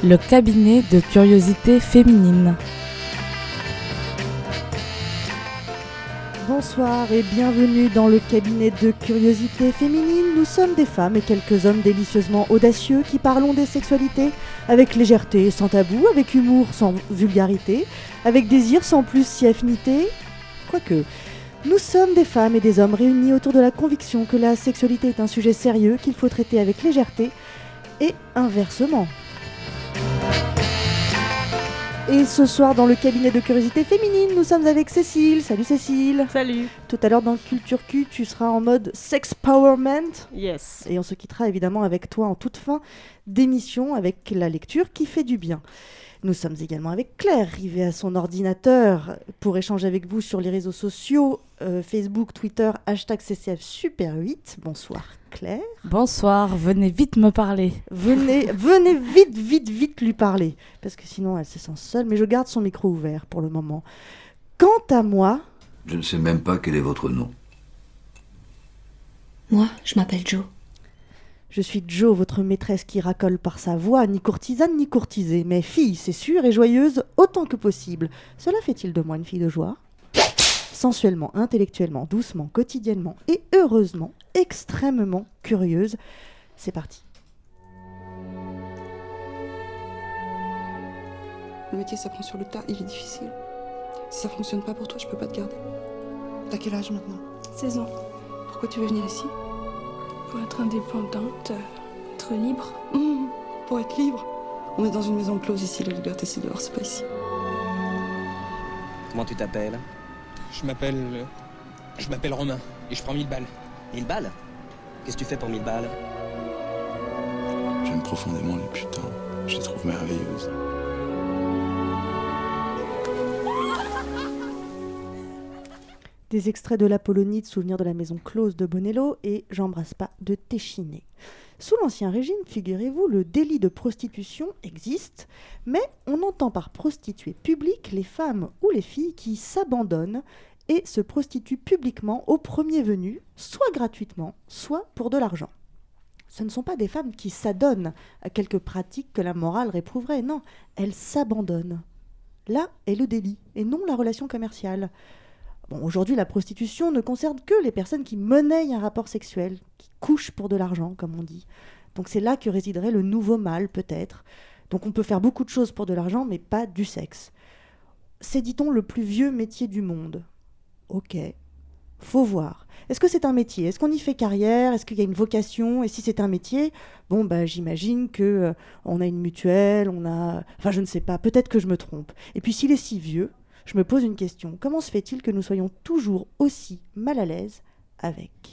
le cabinet de curiosité féminine. Bonsoir et bienvenue dans le cabinet de curiosité féminine. Nous sommes des femmes et quelques hommes délicieusement audacieux qui parlons des sexualités avec légèreté sans tabou, avec humour sans vulgarité, avec désir sans plus si affinité. Quoique, nous sommes des femmes et des hommes réunis autour de la conviction que la sexualité est un sujet sérieux qu'il faut traiter avec légèreté et inversement. Et ce soir, dans le cabinet de curiosité féminine, nous sommes avec Cécile. Salut Cécile. Salut. Tout à l'heure dans Culture Q, tu seras en mode sex powerment. Yes. Et on se quittera évidemment avec toi en toute fin d'émission avec la lecture qui fait du bien. Nous sommes également avec Claire, rivée à son ordinateur pour échanger avec vous sur les réseaux sociaux, Facebook, Twitter, #CCF Super 8. Bonsoir Claire. Bonsoir, venez vite me parler. Venez vite lui parler, parce que sinon elle se sent seule, mais je garde son micro ouvert pour le moment. Quant à moi... Je ne sais même pas quel est votre nom. Moi, je m'appelle Jo. Je suis Jo, votre maîtresse qui racole par sa voix, ni courtisane ni courtisée, mais fille, c'est sûr, et joyeuse autant que possible. Cela fait-il de moi une fille de joie ? Sensuellement, intellectuellement, doucement, quotidiennement et heureusement, extrêmement curieuse. C'est parti. Le métier, ça prend sur le tas, il est difficile. Si ça fonctionne pas pour toi, je peux pas te garder. T'as quel âge maintenant ? 16 ans. Pourquoi tu veux venir ici ? Pour être indépendante, être libre. Pour être libre. On est dans une maison close ici, la liberté c'est dehors, c'est pas ici. Comment tu t'appelles ? Je m'appelle Romain et je prends 1000 balles. 1000 balles ? Qu'est-ce que tu fais pour 1000 balles ? J'aime profondément les putains. Je les trouve merveilleuses. Des extraits de l'Apollonide, souvenir de la maison close de Bonello et J'embrasse pas de Téchiné. Sous l'Ancien Régime, figurez-vous, le délit de prostitution existe, mais on entend par prostituée publique les femmes ou les filles qui s'abandonnent et se prostituent publiquement au premier venu, soit gratuitement, soit pour de l'argent. Ce ne sont pas des femmes qui s'adonnent à quelques pratiques que la morale réprouverait, non, elles s'abandonnent. Là est le délit, et non la relation commerciale. Bon, aujourd'hui, la prostitution ne concerne que les personnes qui monnaient un rapport sexuel, qui couchent pour de l'argent, comme on dit. Donc c'est là que résiderait le nouveau mal, peut-être. Donc on peut faire beaucoup de choses pour de l'argent, mais pas du sexe. C'est, dit-on, le plus vieux métier du monde. Ok, faut voir. Est-ce que c'est un métier ? Est-ce qu'on y fait carrière ? Est-ce qu'il y a une vocation ? Et si c'est un métier, j'imagine que on a une mutuelle, Enfin, je ne sais pas, peut-être que je me trompe. Et puis s'il est si vieux... Je me pose une question. Comment se fait-il que nous soyons toujours aussi mal à l'aise avec ?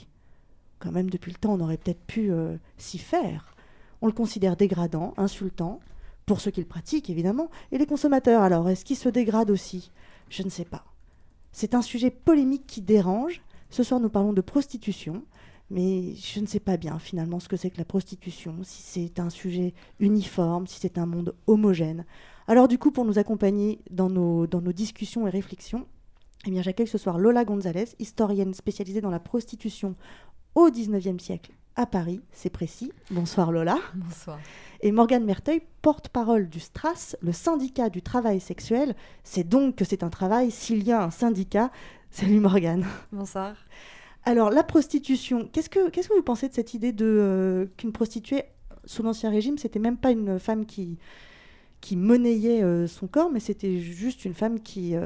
Quand même, depuis le temps, on aurait peut-être pu s'y faire. On le considère dégradant, insultant, pour ceux qui le pratiquent, évidemment. Et les consommateurs, alors, est-ce qu'ils se dégradent aussi ? Je ne sais pas. C'est un sujet polémique qui dérange. Ce soir, nous parlons de prostitution. Mais je ne sais pas bien, finalement, ce que c'est que la prostitution, si c'est un sujet uniforme, si c'est un monde homogène. Alors du coup, pour nous accompagner dans nos discussions et réflexions, j'accueille ce soir Lola Gonzalez, historienne spécialisée dans la prostitution au XIXe siècle à Paris, c'est précis. Bonsoir Lola. Bonsoir. Et Morgane Merteuil, porte-parole du STRAS, le syndicat du travail sexuel. C'est donc que c'est un travail s'il y a un syndicat. Salut Morgane. Bonsoir. Alors la prostitution, qu'est-ce que vous pensez de cette idée qu'une prostituée, sous l'Ancien Régime, c'était même pas une femme qui monnayait son corps, mais c'était juste une femme qui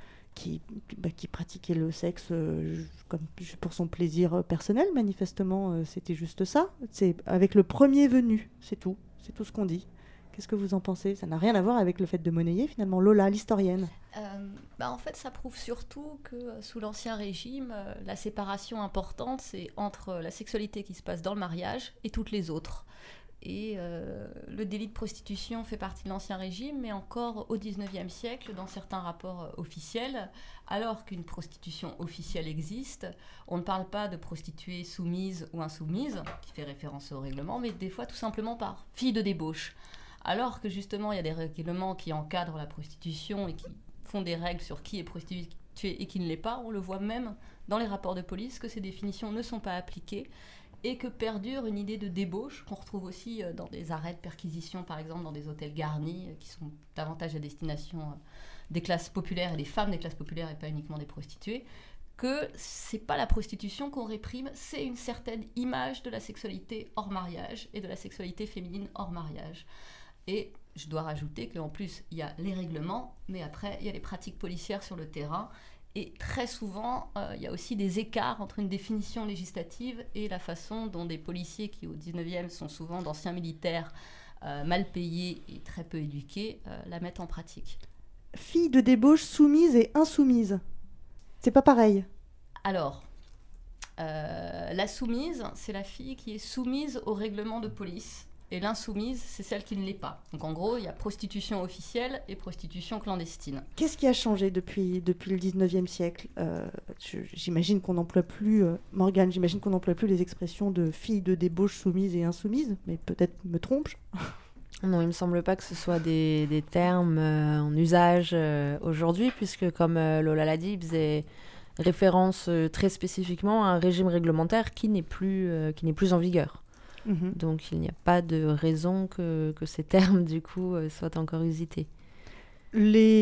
pratiquait le sexe comme pour son plaisir personnel, manifestement, c'était juste ça. C'est avec le premier venu, c'est tout ce qu'on dit. Qu'est-ce que vous en pensez ? Ça n'a rien à voir avec le fait de monnayer, finalement. Lola, l'historienne. En fait, ça prouve surtout que sous l'Ancien Régime, la séparation importante, c'est entre la sexualité qui se passe dans le mariage et toutes les autres. Et le délit de prostitution fait partie de l'Ancien Régime, mais encore au XIXe siècle, dans certains rapports officiels, alors qu'une prostitution officielle existe, on ne parle pas de prostituée soumise ou insoumise, qui fait référence au règlement, mais des fois tout simplement par fille de débauche. Alors que justement, il y a des règlements qui encadrent la prostitution et qui font des règles sur qui est prostitué et qui ne l'est pas, on le voit même dans les rapports de police que ces définitions ne sont pas appliquées et que perdure une idée de débauche qu'on retrouve aussi dans des arrêts de perquisition, par exemple dans des hôtels garnis, qui sont davantage à destination des classes populaires et des femmes des classes populaires et pas uniquement des prostituées, que c'est pas la prostitution qu'on réprime, c'est une certaine image de la sexualité hors mariage et de la sexualité féminine hors mariage. Et je dois rajouter qu'en plus, il y a les règlements, mais après, il y a les pratiques policières sur le terrain. Et très souvent, il y a aussi des écarts entre une définition législative et la façon dont des policiers qui, au 19e, sont souvent d'anciens militaires mal payés et très peu éduqués, la mettent en pratique. Fille de débauche soumise et insoumise. C'est pas pareil. Alors, la soumise, c'est la fille qui est soumise au règlement de police. Et l'insoumise, c'est celle qui ne l'est pas. Donc en gros, il y a prostitution officielle et prostitution clandestine. Qu'est-ce qui a changé depuis le 19e siècle ? J'imagine qu'on n'emploie plus, Morgane, j'imagine qu'on n'emploie plus les expressions de fille de débauche soumise et insoumise, mais peut-être me trompe-je ? Non, il me semble pas que ce soit des termes en usage aujourd'hui, puisque comme Lola l'a dit, il faisait référence très spécifiquement à un régime réglementaire qui n'est plus en vigueur. Donc il n'y a pas de raison que ces termes du coup soient encore usités. Au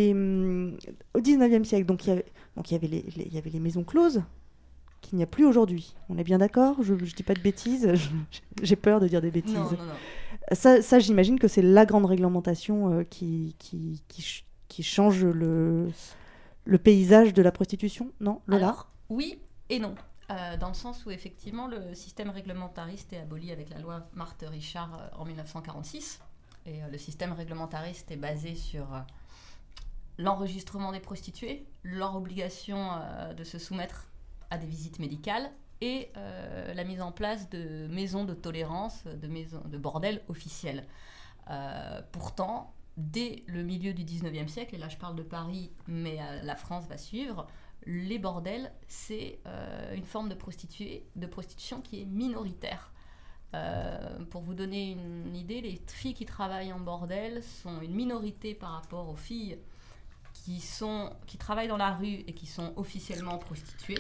19e siècle, donc il y avait les maisons closes qu'il n'y a plus aujourd'hui. On est bien d'accord ? Je dis pas de bêtises. J'ai peur de dire des bêtises. Non. Ça, j'imagine que c'est la grande réglementation qui change le paysage de la prostitution, non, Lola ? Alors, oui et non. Dans le sens où, effectivement, le système réglementariste est aboli avec la loi Marthe-Richard en 1946. Et le système réglementariste est basé sur l'enregistrement des prostituées, leur obligation de se soumettre à des visites médicales et la mise en place de maisons de tolérance, de bordels officiels. Pourtant, dès le milieu du 19e siècle, et là je parle de Paris, mais la France va suivre, les bordels, c'est une forme de prostitution qui est minoritaire. Pour vous donner une idée, les filles qui travaillent en bordel sont une minorité par rapport aux filles qui travaillent dans la rue et qui sont officiellement prostituées,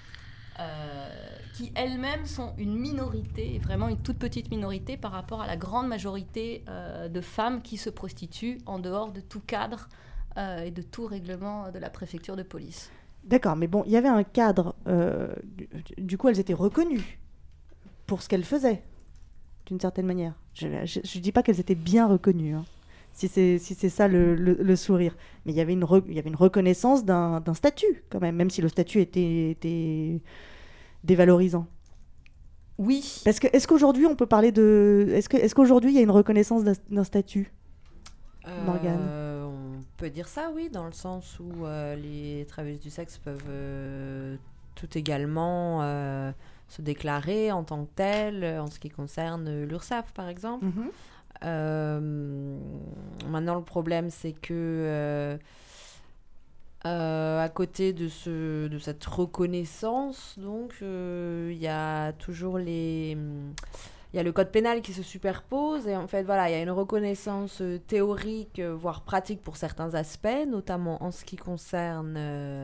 qui elles-mêmes sont une minorité, vraiment une toute petite minorité par rapport à la grande majorité de femmes qui se prostituent en dehors de tout cadre et de tout règlement de la préfecture de police. D'accord, mais bon, il y avait un cadre. Du coup, elles étaient reconnues pour ce qu'elles faisaient, d'une certaine manière. Je ne dis pas qu'elles étaient bien reconnues, hein, si c'est ça le sourire. Mais il y avait une reconnaissance d'un statut, quand même si le statut était dévalorisant. Oui. Parce que, est-ce qu'aujourd'hui, on peut parler de... Est-ce qu'aujourd'hui, il y a une reconnaissance d'un statut, Morgane ? On peut dire ça, oui, dans le sens où les travailleuses du sexe peuvent tout également se déclarer en tant que telles, en ce qui concerne l'URSSAF, par exemple. Maintenant, le problème, c'est que à côté de cette reconnaissance, donc, il y a toujours il y a le code pénal qui se superpose et en fait, voilà, il y a une reconnaissance théorique, voire pratique pour certains aspects, notamment en ce qui concerne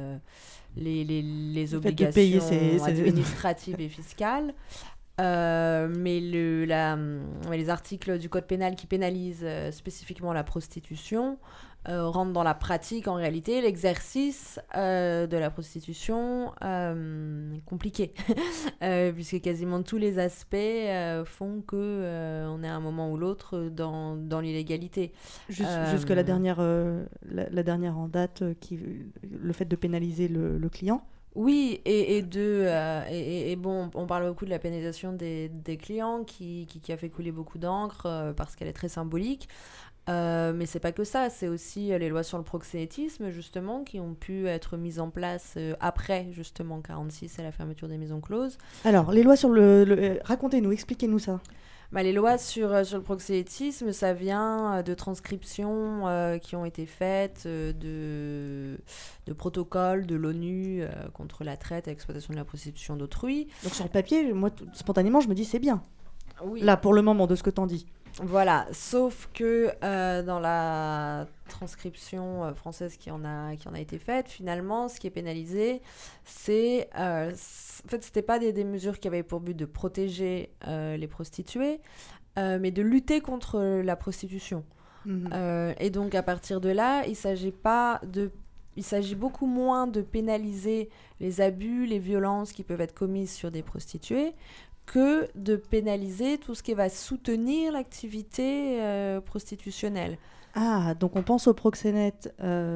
les obligations administratives et fiscales. Mais les articles du code pénal qui pénalisent spécifiquement la prostitution rentrent dans la pratique, en réalité, l'exercice de la prostitution compliqué, puisque quasiment tous les aspects font qu'on est à un moment ou l'autre dans l'illégalité. Jusque la dernière en date, le fait de pénaliser le client. Oui, et bon, on parle beaucoup de la pénalisation des clients qui a fait couler beaucoup d'encre parce qu'elle est très symbolique. Mais c'est pas que ça, c'est aussi les lois sur le proxénétisme, justement, qui ont pu être mises en place après, justement, 46 et la fermeture des maisons closes. Alors, les lois sur racontez-nous, expliquez-nous ça. Les lois sur le proxénétisme, ça vient de transcriptions qui ont été faites de protocoles de l'ONU contre la traite et l'exploitation de la prostitution d'autrui. Donc sur le papier, moi, spontanément, je me dis c'est bien. Oui. Là, pour le moment, de ce que t'en dis. Voilà, sauf que dans la transcription française qui en a été faite, finalement, ce qui est pénalisé, c'est... en fait, c'était pas des mesures qui avaient pour but de protéger les prostituées, mais de lutter contre la prostitution. Et donc, à partir de là, il s'agit beaucoup moins de pénaliser les abus, les violences qui peuvent être commises sur des prostituées, que de pénaliser tout ce qui va soutenir l'activité prostitutionnelle. Ah, donc on pense au proxénète.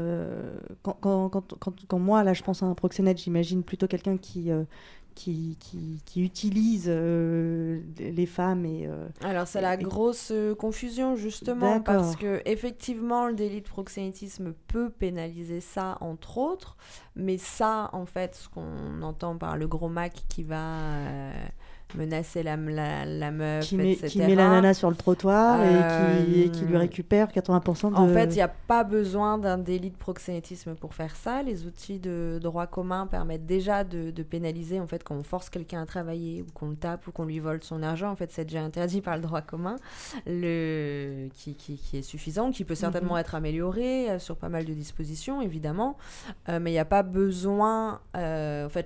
Quand moi, là, je pense à un proxénète, j'imagine plutôt quelqu'un qui utilise les femmes et... Alors, c'est la grosse confusion, justement, parce que effectivement, le délit de proxénétisme peut pénaliser ça, entre autres, mais ça, en fait, ce qu'on entend par le gros Mac qui va... menacer la meuf, etc. Qui met la nana sur le trottoir et qui lui récupère 80% de... En fait, il n'y a pas besoin d'un délit de proxénétisme pour faire ça. Les outils de droit commun permettent déjà de pénaliser, en fait, quand on force quelqu'un à travailler ou qu'on le tape ou qu'on lui vole son argent. En fait, c'est déjà interdit par le droit commun, qui est suffisant, qui peut certainement être amélioré sur pas mal de dispositions, évidemment. Mais il n'y a pas besoin... en fait,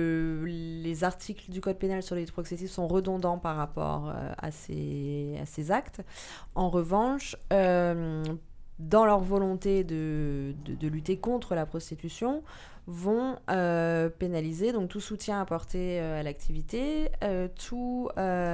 les articles du Code pénal sur les proxénétismes sont redondants par rapport à ces actes. En revanche, dans leur volonté de lutter contre la prostitution, vont pénaliser donc tout soutien apporté à l'activité, tout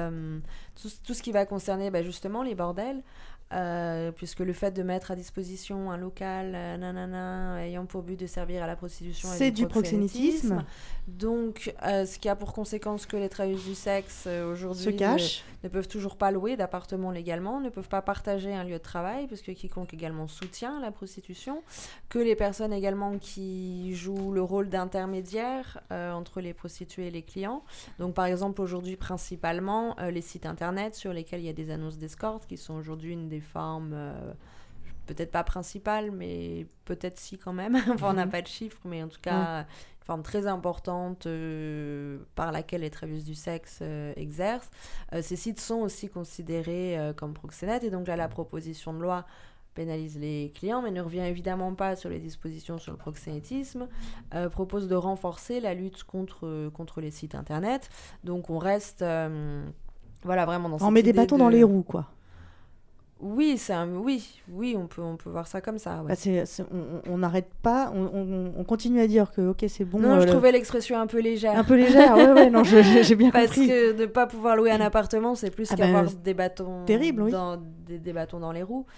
ce qui va concerner justement les bordels, puisque le fait de mettre à disposition un local ayant pour but de servir à la prostitution c'est du proxénétisme. Donc ce qui a pour conséquence que les travailleuses du sexe aujourd'hui ne peuvent toujours pas louer d'appartement légalement, ne peuvent pas partager un lieu de travail puisque quiconque également soutient la prostitution, que les personnes également qui jouent le rôle d'intermédiaire entre les prostituées et les clients, donc par exemple aujourd'hui principalement les sites internet sur lesquels il y a des annonces d'escorte qui sont aujourd'hui une des formes, peut-être pas principale, mais peut-être si quand même, enfin on n'a pas de chiffres, mais en tout cas une forme très importante par laquelle les travailleuses du sexe exercent. Ces sites sont aussi considérés comme proxénètes, et donc là la proposition de loi pénalise les clients, mais ne revient évidemment pas sur les dispositions sur le proxénétisme, propose de renforcer la lutte contre les sites internet, donc on reste vraiment dans cette idée. On met des bâtons dans les roues, quoi. Oui, on peut voir ça comme ça. Ouais. On n'arrête pas, on continue à dire que ok, c'est bon. Non, je trouvais l'expression un peu légère. Un peu légère, ouais, non, j'ai bien compris. Parce que de ne pas pouvoir louer un appartement, c'est plus qu'avoir des bâtons, terrible, des bâtons dans les roues.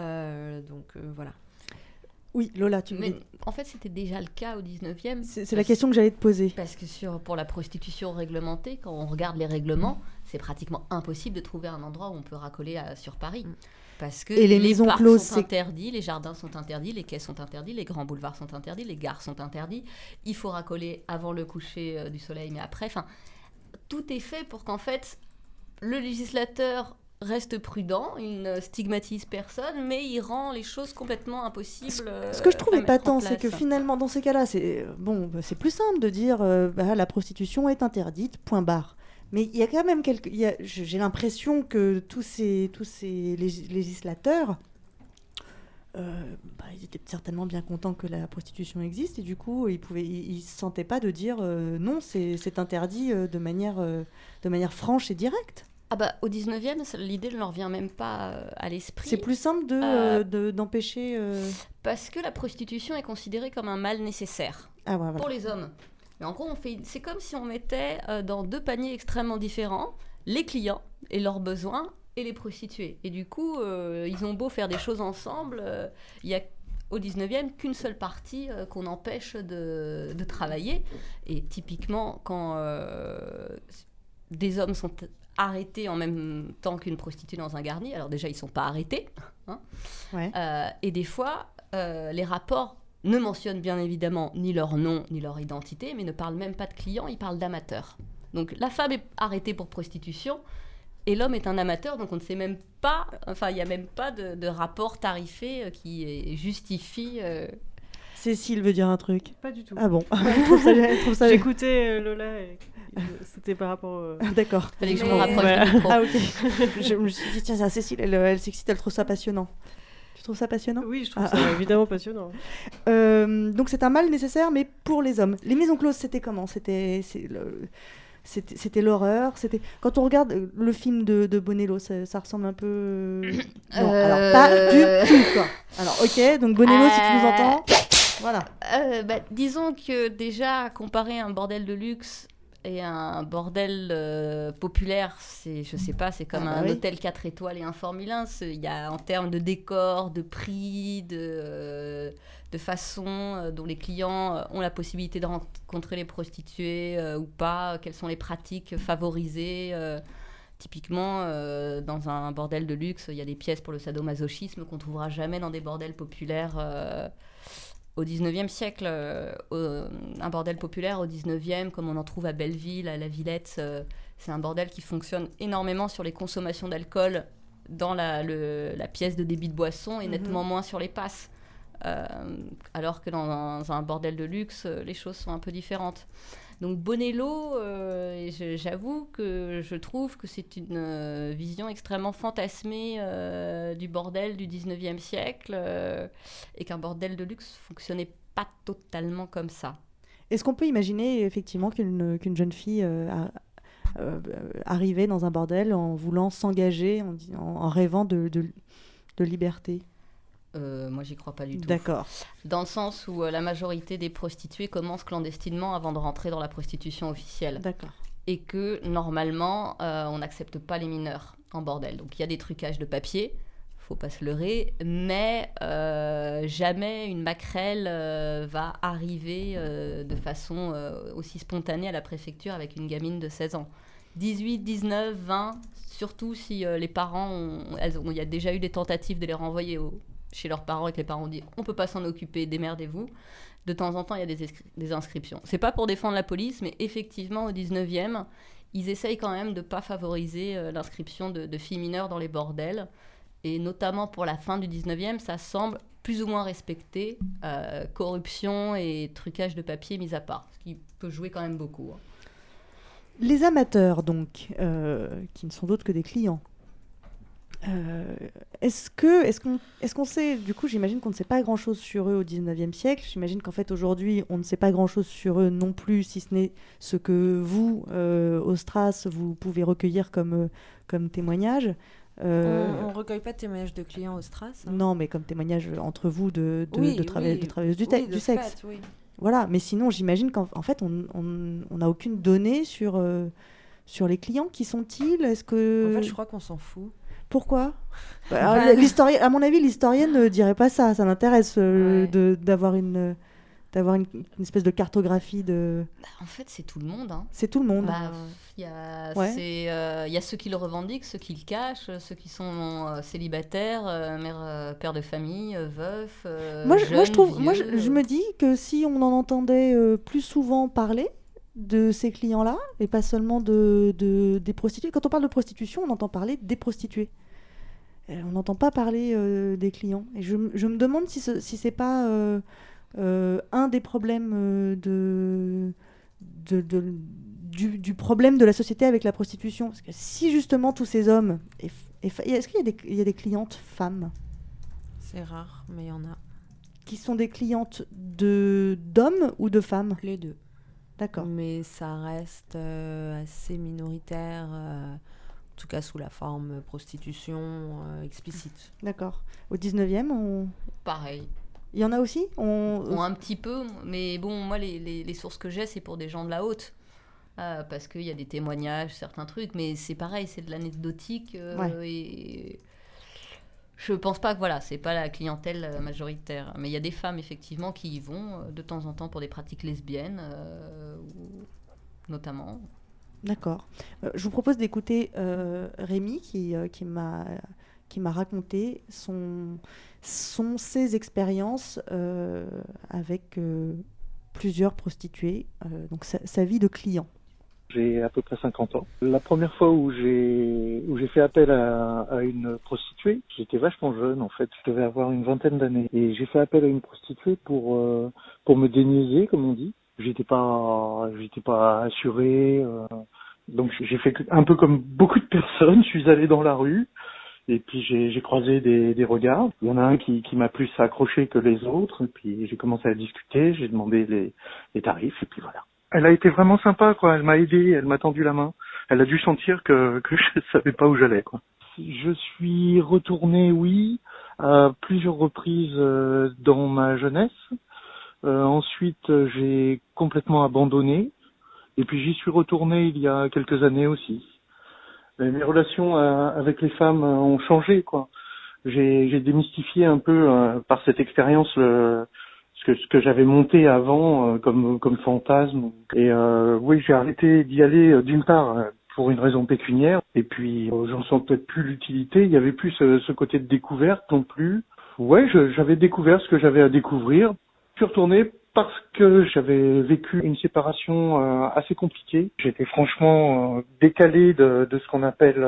Donc voilà. Oui, Lola, Mais en fait, c'était déjà le cas au 19e. C'est la question que j'allais te poser. Parce que pour la prostitution réglementée, quand on regarde les règlements, c'est pratiquement impossible de trouver un endroit où on peut racoler sur Paris. Parce que les parcs sont interdits, les jardins sont interdits, les quais sont interdits, les grands boulevards sont interdits, les gares sont interdits. Il faut racoler avant le coucher du soleil, mais après. Enfin, tout est fait pour qu'en fait, le législateur reste prudent, il ne stigmatise personne, mais il rend les choses complètement impossibles. Ce que je trouve épatant, c'est que finalement, dans ces cas-là, c'est plus simple de dire la prostitution est interdite, point barre. Mais il y a quand même j'ai l'impression que tous ces législateurs, ils étaient certainement bien contents que la prostitution existe, et du coup, ils se sentaient pas de dire non, c'est interdit de manière franche et directe. Ah au 19e, l'idée ne leur vient même pas à l'esprit. C'est plus simple d'empêcher... Parce que la prostitution est considérée comme un mal nécessaire pour les hommes. Mais en gros, c'est comme si on mettait dans deux paniers extrêmement différents les clients et leurs besoins et les prostituées. Et du coup, ils ont beau faire des choses ensemble, il y a au 19e qu'une seule partie qu'on empêche de travailler. Et typiquement, quand des hommes sont arrêtés en même temps qu'une prostituée dans un garni, alors déjà, ils ne sont pas arrêtés. Et des fois, les rapports ne mentionnent bien évidemment ni leur nom, ni leur identité, mais ne parlent même pas de clients, ils parlent d'amateurs. Donc la femme est arrêtée pour prostitution, et l'homme est un amateur, donc on ne sait même pas, il n'y a même pas de rapport tarifé qui justifie... Cécile veut dire un truc. Pas du tout. Ah bon. Elle trouve ça... J'écoutais Lola C'était par rapport... D'accord. Fallait que je me rapproche du micro. Ah ok. Je me suis dit, tiens, Cécile, elle s'excite, elle trouve ça passionnant. Tu trouves ça passionnant ? Oui, je trouve ça évidemment passionnant. Donc c'est un mal nécessaire, mais pour les hommes. Les maisons closes, c'était comment ? C'était l'horreur. Quand on regarde le film de Bonello, ça ressemble un peu. Non, alors pas du tout quoi. Alors ok, donc Bonello, si tu nous entends, voilà. Disons que déjà comparer un bordel de luxe et un bordel populaire, je sais pas, c'est comme un hôtel 4 étoiles et un Formule 1. Il y a en termes de décor, de prix, de façon dont les clients ont la possibilité de rencontrer les prostituées ou pas, quelles sont les pratiques favorisées. Typiquement, dans un bordel de luxe, il y a des pièces pour le sadomasochisme qu'on ne trouvera jamais dans des bordels populaires au 19e siècle. Un bordel populaire au 19e, comme on en trouve à Belleville, à la Villette, c'est un bordel qui fonctionne énormément sur les consommations d'alcool dans la pièce de débit de boisson et nettement moins sur les passes. Alors que dans un bordel de luxe, les choses sont un peu différentes. Donc Bonello, j'avoue que je trouve que c'est une vision extrêmement fantasmée du bordel du 19e siècle et qu'un bordel de luxe fonctionnait pas totalement comme ça. Est-ce qu'on peut imaginer effectivement qu'une jeune fille arrivait dans un bordel en voulant s'engager, en rêvant de liberté ? Moi, j'y crois pas du tout. D'accord. Dans le sens où la majorité des prostituées commencent clandestinement avant de rentrer dans la prostitution officielle. D'accord. Et que, normalement, on n'accepte pas les mineurs en bordel. Donc, il y a des trucages de papier, faut pas se leurrer, mais jamais une maquerelle va arriver de façon aussi spontanée à la préfecture avec une gamine de 16 ans. 18, 19, 20, surtout si les parents il y a déjà eu des tentatives de les renvoyer chez leurs parents et que les parents ont dit on peut pas s'en occuper, démerdez-vous. De temps en temps, il y a des inscriptions. C'est pas pour défendre la police, mais effectivement, au 19e, ils essayent quand même de pas favoriser l'inscription de filles mineures dans les bordels. Et notamment pour la fin du 19e, ça semble plus ou moins respecté, corruption et trucage de papier mis à part, ce qui peut jouer quand même beaucoup. Les amateurs, donc, qui ne sont d'autres que des clients, est-ce qu'on sait, du coup j'imagine qu'on ne sait pas grand-chose sur eux au 19e siècle, j'imagine qu'en fait aujourd'hui on ne sait pas grand-chose sur eux non plus, si ce n'est ce que vous, au Stras, vous pouvez recueillir comme témoignage. On recueille pas de témoignages de clients au Stras. Hein. Non, mais comme témoignage entre vous de travailleuses du sexe. Fait, oui. Voilà, mais sinon j'imagine qu'en fait on n'a aucune donnée sur les clients. Qui sont-ils ? Est-ce que... En fait, je crois qu'on s'en fout. Pourquoi ? À mon avis, l'historienne ne dirait pas ça. Ça l'intéresse d'avoir une espèce de cartographie de... En fait, c'est tout le monde. Hein. C'est tout le monde. Il y a ceux qui le revendiquent, ceux qui le cachent, ceux qui sont célibataires, pères de famille, veufs, je me dis que si on en entendait plus souvent parler de ces clients-là, et pas seulement des prostituées. Quand on parle de prostitution, on entend parler des prostituées. On n'entend pas parler des clients. Et je me demande si c'est pas un des problèmes du problème de la société avec la prostitution. Parce que si justement tous ces hommes... est-ce qu'il y a des clientes femmes ? C'est rare, mais il y en a. Qui sont des clientes d'hommes ou de femmes ? Les deux. D'accord. Mais ça reste assez minoritaire, en tout cas sous la forme prostitution explicite. D'accord. Au 19e, Pareil. Il y en a aussi un petit peu, mais bon, moi, les sources que j'ai, c'est pour des gens de la haute. Parce qu'il y a des témoignages, certains trucs, mais c'est pareil, c'est de l'anecdotique. Et je pense pas que c'est pas la clientèle majoritaire. Mais il y a des femmes, effectivement, qui y vont de temps en temps pour des pratiques lesbiennes, notamment. D'accord. Je vous propose d'écouter Rémi qui m'a raconté ses expériences avec plusieurs prostituées, donc sa vie de client. J'ai à peu près 50 ans. La première fois où j'ai fait appel à une prostituée, j'étais vachement jeune en fait, je devais avoir une vingtaine d'années. Et j'ai fait appel à une prostituée pour me déniaiser, comme on dit. j'étais pas assuré. Donc j'ai fait un peu comme beaucoup de personnes. Je suis allé dans la rue et puis j'ai croisé des regards. Il y en a un qui m'a plus accroché que les autres. Et puis j'ai commencé à discuter. J'ai demandé les tarifs et puis voilà. Elle a été vraiment sympa, quoi. Elle m'a aidé. Elle m'a tendu la main. Elle a dû sentir que je savais pas où j'allais, quoi. Je suis retourné, oui, à plusieurs reprises dans ma jeunesse. Ensuite, j'ai complètement abandonné. Et puis j'y suis retourné il y a quelques années aussi. Et mes relations avec les femmes ont changé, quoi. J'ai démystifié un peu par cette expérience ce que j'avais monté avant comme fantasme. Et oui, j'ai arrêté d'y aller d'une part pour une raison pécuniaire. Et puis j'en sens peut-être plus l'utilité. Il y avait plus ce côté de découverte non plus. Ouais, j'avais découvert ce que j'avais à découvrir. Je suis retourné parce que j'avais vécu une séparation assez compliquée. J'étais franchement décalé de ce qu'on appelle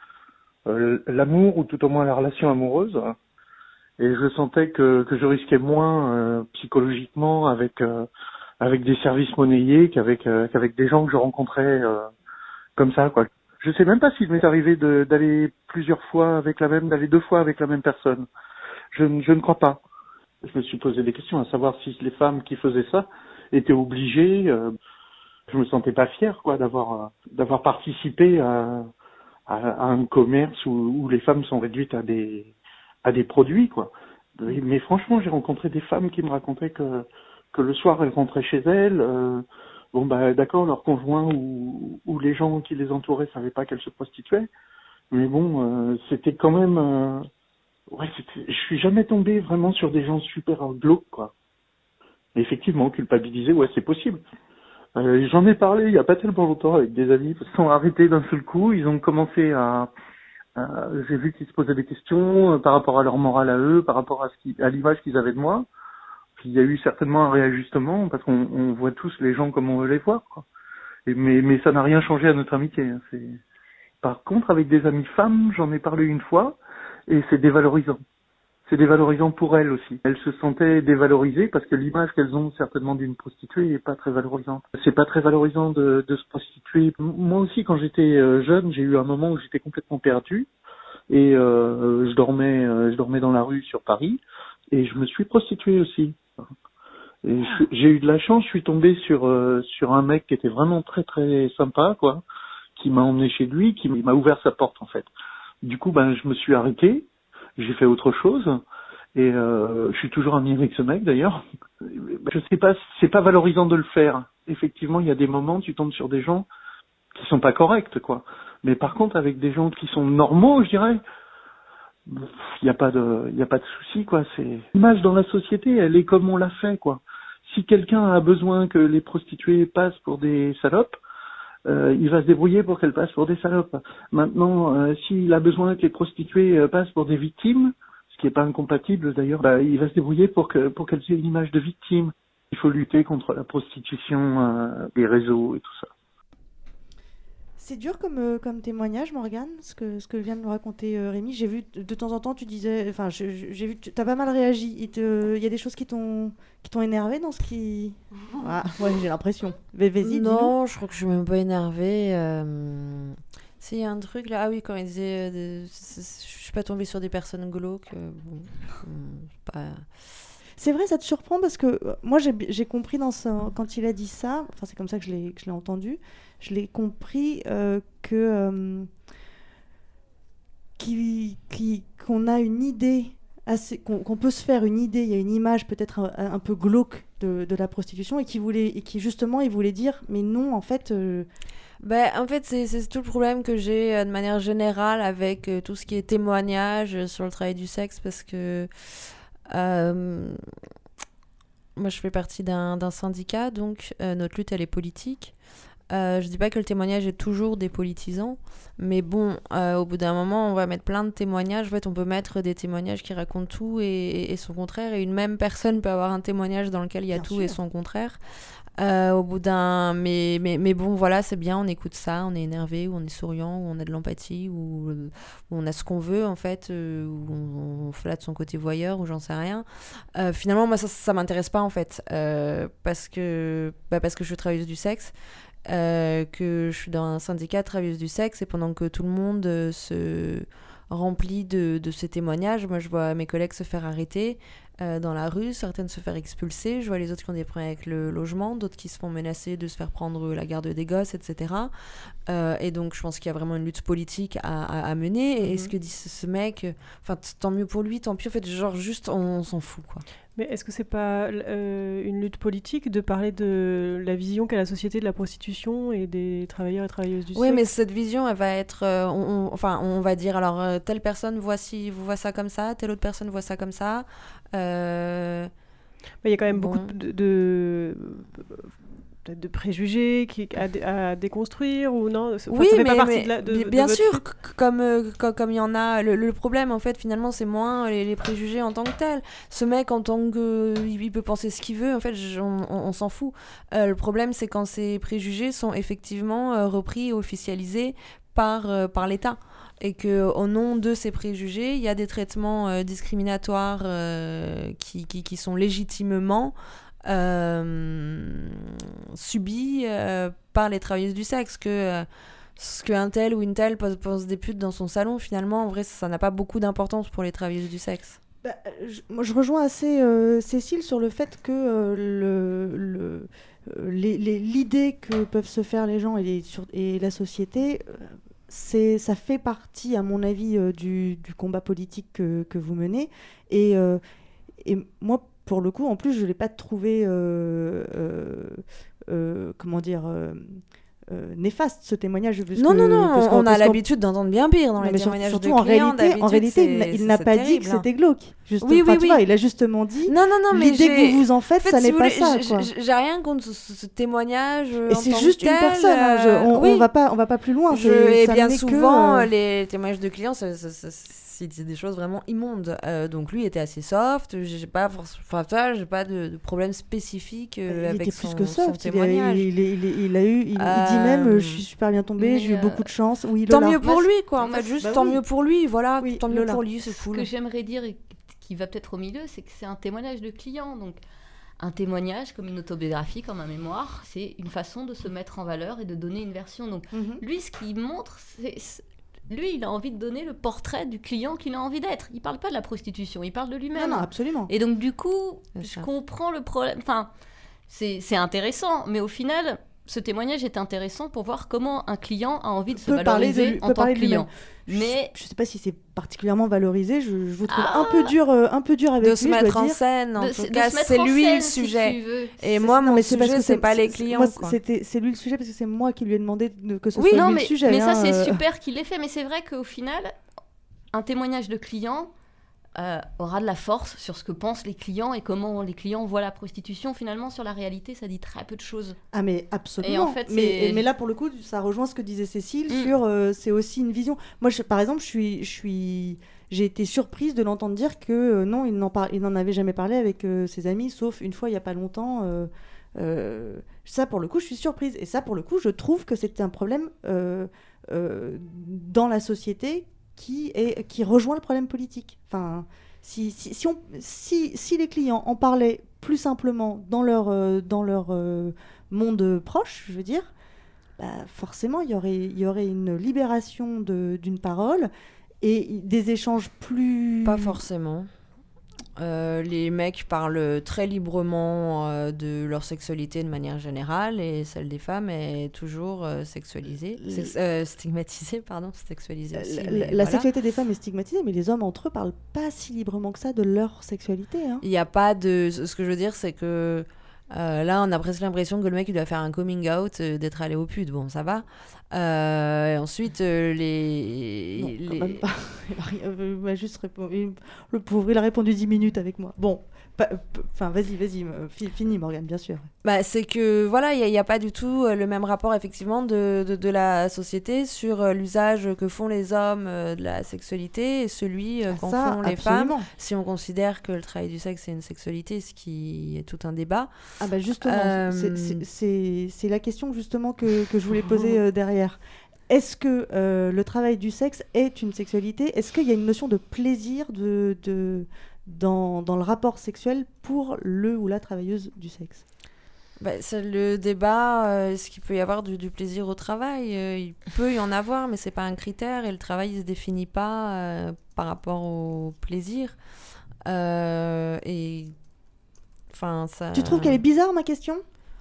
l'amour, ou tout au moins la relation amoureuse. Et je sentais que je risquais moins psychologiquement avec des services monnayés qu'avec des gens que je rencontrais comme ça, quoi. Je sais même pas s'il m'est arrivé d'aller d'aller 2 fois avec la même personne. Je ne crois pas. Je me suis posé des questions à savoir si les femmes qui faisaient ça étaient obligées. Je me sentais pas fier, quoi, d'avoir participé à un commerce où les femmes sont réduites à des produits, quoi. Mais franchement, j'ai rencontré des femmes qui me racontaient que le soir elles rentraient chez elles. Bon bah d'accord, leur conjoint ou les gens qui les entouraient savaient pas qu'elles se prostituaient. Mais bon, c'était quand même. Ouais, je suis jamais tombé vraiment sur des gens super glauques, quoi. Mais effectivement, culpabiliser, ouais, c'est possible. J'en ai parlé il y a pas tellement longtemps avec des amis. Ils se sont arrêtés d'un seul coup. Ils ont commencé j'ai vu qu'ils se posaient des questions par rapport à leur morale à eux, par rapport à l'image qu'ils avaient de moi. Puis il y a eu certainement un réajustement parce qu'on voit tous les gens comme on veut les voir, quoi. Mais ça n'a rien changé à notre amitié. Hein. Par contre, avec des amies femmes, j'en ai parlé une fois. Et c'est dévalorisant. C'est dévalorisant pour elles aussi. Elles se sentaient dévalorisées parce que l'image qu'elles ont certainement d'une prostituée est pas très valorisante. C'est pas très valorisant de se prostituer. Moi aussi, quand j'étais jeune, j'ai eu un moment où j'étais complètement perdu et je dormais dans la rue sur Paris et je me suis prostitué aussi. Et j'ai eu de la chance, je suis tombé sur un mec qui était vraiment très très sympa, quoi, qui m'a emmené chez lui, qui m'a ouvert sa porte en fait. Du coup, je me suis arrêté, j'ai fait autre chose, et je suis toujours ami avec ce mec d'ailleurs. Je sais pas, c'est pas valorisant de le faire. Effectivement, il y a des moments, tu tombes sur des gens qui sont pas corrects, quoi. Mais par contre, avec des gens qui sont normaux, je dirais, il y a pas de souci, quoi. C'est l'image dans la société, elle est comme on l'a fait, quoi. Si quelqu'un a besoin que les prostituées passent pour des salopes, il va se débrouiller pour qu'elles passent pour des salopes. Maintenant, s'il a besoin que les prostituées passent pour des victimes, ce qui n'est pas incompatible d'ailleurs, il va se débrouiller pour qu'elles aient une image de victime. Il faut lutter contre la prostitution, les réseaux et tout ça. C'est dur comme témoignage, Morgane, ce que vient de nous raconter Rémi. J'ai vu de temps en temps, tu disais, enfin, j'ai vu que tu as pas mal réagi. Il y a des choses qui t'ont énervé dans ce qui. Ah, ouais, j'ai l'impression. Vas-y, non, je crois que je suis même pas énervée. S'il y a un truc là, ah oui, quand il disait, je suis pas tombée sur des personnes glauques. Pas. C'est vrai, ça te surprend parce que moi j'ai compris quand il a dit ça, enfin c'est comme ça que je l'ai entendu, je l'ai compris qu'on a une idée qu'on peut se faire une idée, il y a une image peut-être un peu glauque de la prostitution et qui justement il voulait dire mais non en fait. En fait, c'est tout le problème que j'ai de manière générale avec tout ce qui est témoignage sur le travail du sexe parce que moi je fais partie d'un syndicat, donc notre lutte elle est politique. Je dis pas que le témoignage est toujours dépolitisant, mais bon, au bout d'un moment on va mettre plein de témoignages. En fait, on peut mettre des témoignages qui racontent tout et son contraire, et une même personne peut avoir un témoignage dans lequel il y a Bien tout sûr. Et son contraire. Au bout d'un... Mais bon, voilà, c'est bien, on écoute ça, on est énervé, ou on est souriant, ou on a de l'empathie, ou on a ce qu'on veut, en fait, ou on flatte son côté voyeur, ou j'en sais rien. Finalement, moi, ça m'intéresse pas, en fait, parce que je suis travailleuse du sexe, que je suis dans un syndicat de travailleuses du sexe, et pendant que tout le monde se remplit de ces témoignages, moi, je vois mes collègues se faire arrêter dans la rue, certaines se faire expulser, je vois les autres qui ont des problèmes avec le logement, d'autres qui se font menacer de se faire prendre la garde des gosses, etc. Et donc je pense qu'il y a vraiment une lutte politique à mener, et ce que dit ce mec, enfin tant mieux pour lui, tant pis, en fait, genre juste on s'en fout, quoi. Mais est-ce que c'est pas une lutte politique de parler de la vision qu'a la société de la prostitution et des travailleurs et travailleuses du sexe ? Oui, mais cette vision, elle va être... on va dire, alors, telle personne voit ça comme ça, telle autre personne voit ça comme ça. Il y a quand même beaucoup de préjugés à déconstruire, ou non ? Oui, ça fait mais, pas partie de bien votre sûr, comme il y en a, le problème, en fait, finalement, c'est moins les préjugés en tant que tels. Ce mec, en tant que... il peut penser ce qu'il veut, en fait, on s'en fout. Le problème, c'est quand ces préjugés sont effectivement repris et officialisés par l'État. Et qu'au nom de ces préjugés, il y a des traitements discriminatoires qui sont légitimement subis par les travailleuses du sexe, ce qu'un tel ou une telle pense des putes dans son salon, finalement, en vrai, ça n'a pas beaucoup d'importance pour les travailleuses du sexe. Moi, je rejoins assez Cécile sur le fait que l'idée que peuvent se faire les gens et la société... ça fait partie, à mon avis, du combat politique que vous menez. Et moi, pour le coup, en plus, je ne l'ai pas trouvé, néfaste, ce témoignage. Non, on a l'habitude d'entendre bien pire dans les témoignages de clients. En réalité, il n'a pas dit que c'était glauque. Oui. Tu vois, il a justement dit l'idée que vous en faites, ça n'est pas ça. J'ai rien contre ce témoignage. Et c'est juste une personne. On va pas plus loin. Et bien souvent, les témoignages de clients, c'est des choses vraiment immondes. Donc lui était assez soft. J'ai pas de problème spécifique avec son témoignage. Il dit même, je suis super bien tombée, j'ai eu beaucoup de chance. Oui, tant mieux pour lui, quoi. En fait, juste tant mieux pour lui, voilà. Oui, tant mieux pour lui, c'est cool. Ce que j'aimerais dire, et qui va peut-être au milieu, c'est que c'est un témoignage de client. Donc, un témoignage, comme une autobiographie, comme un mémoire, c'est une façon de se mettre en valeur et de donner une version. Donc, lui, ce qu'il montre, lui, il a envie de donner le portrait du client qu'il a envie d'être. Il parle pas de la prostitution, il parle de lui-même. Non, absolument. Et donc, du coup, je comprends le problème. Enfin, c'est intéressant, mais au final, ce témoignage est intéressant pour voir comment un client a envie de se valoriser en tant que client. Mais je sais pas si c'est particulièrement valorisé, je vous trouve un peu dur avec lui, de se mettre en scène. En tout cas, c'est lui le sujet. Et moi, mon sujet, c'est pas les clients. C'est lui le sujet parce que c'est moi qui lui ai demandé que ce soit lui le sujet. Mais ça, c'est super qu'il l'ait fait. Mais c'est vrai qu'au final, un témoignage de client aura de la force sur ce que pensent les clients et comment les clients voient la prostitution. Finalement, sur la réalité, ça dit très peu de choses. Ah mais absolument. Et en fait, mais là, pour le coup, ça rejoint ce que disait Cécile sur c'est aussi une vision. Moi, par exemple, j'ai été surprise de l'entendre dire que non, il n'en avait jamais parlé avec ses amis, sauf une fois il y a pas longtemps. Ça, pour le coup, je suis surprise. Et ça, pour le coup, je trouve que c'est un problème dans la société qui rejoint le problème politique. Enfin, si les clients en parlaient plus simplement dans leur monde proche, je veux dire, forcément, il y aurait une libération d'une parole et des échanges plus... Pas forcément. Les mecs parlent très librement de leur sexualité de manière générale, et celle des femmes est toujours sexualisée, stigmatisée, sexualisée aussi. La sexualité des femmes est stigmatisée, mais les hommes entre eux parlent pas si librement que ça de leur sexualité. Il n'y a pas de... Ce que je veux dire, c'est que là, on a presque l'impression que le mec, il doit faire un coming out d'être allé au pute. Bon, ça va. Ensuite, Non, quand même pas. Il m'a juste répondu... Le pauvre, il a répondu 10 minutes avec moi. Bon, vas-y, finis, Morgane, bien sûr. C'est que, voilà, il n'y a pas du tout le même rapport, effectivement, de la société sur l'usage que font les hommes de la sexualité et celui qu'en font les femmes. Si on considère que le travail du sexe, c'est une sexualité, ce qui est tout un débat. Ah bah justement, c'est la question justement que je voulais poser derrière. Est-ce que le travail du sexe est une sexualité ? Est-ce qu'il y a une notion de plaisir dans le rapport sexuel pour le ou la travailleuse du sexe ? C'est le débat, est-ce qu'il peut y avoir du plaisir au travail ? Il peut y en avoir, mais c'est pas un critère, et le travail il se définit pas par rapport au plaisir. Tu trouves qu'elle est bizarre, ma question ?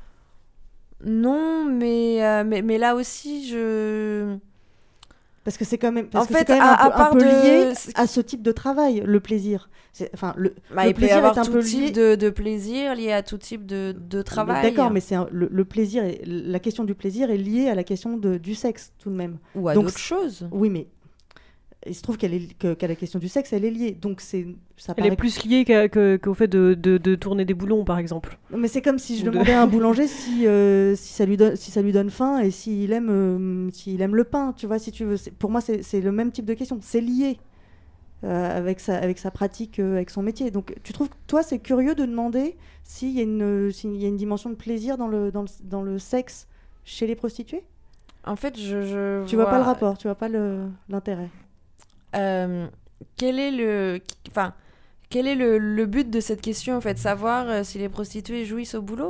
Non, mais là aussi, Parce que c'est quand même, un peu lié à ce type de travail, le plaisir. Le il plaisir peut y avoir est un tout peu type lié... de plaisir lié à tout type de travail. D'accord, mais le plaisir, la question du plaisir est liée à la question du sexe, tout de même. Ou à d'autres choses. Oui, mais il se trouve qu'à la question du sexe, elle est liée. Donc elle est plus liée qu'au fait de tourner des boulons, par exemple. Mais c'est comme si je demandais à un boulanger si ça lui donne faim et s'il aime le pain. Tu vois, si tu veux. Pour moi, c'est le même type de question. C'est lié avec sa pratique, avec son métier. Donc, tu trouves que toi, c'est curieux de demander s'il y a une dimension de plaisir dans le sexe chez les prostituées ? En fait, tu vois pas le rapport, tu vois pas l'intérêt. Quel est le but de cette question, en fait, savoir si les prostituées jouissent au boulot ?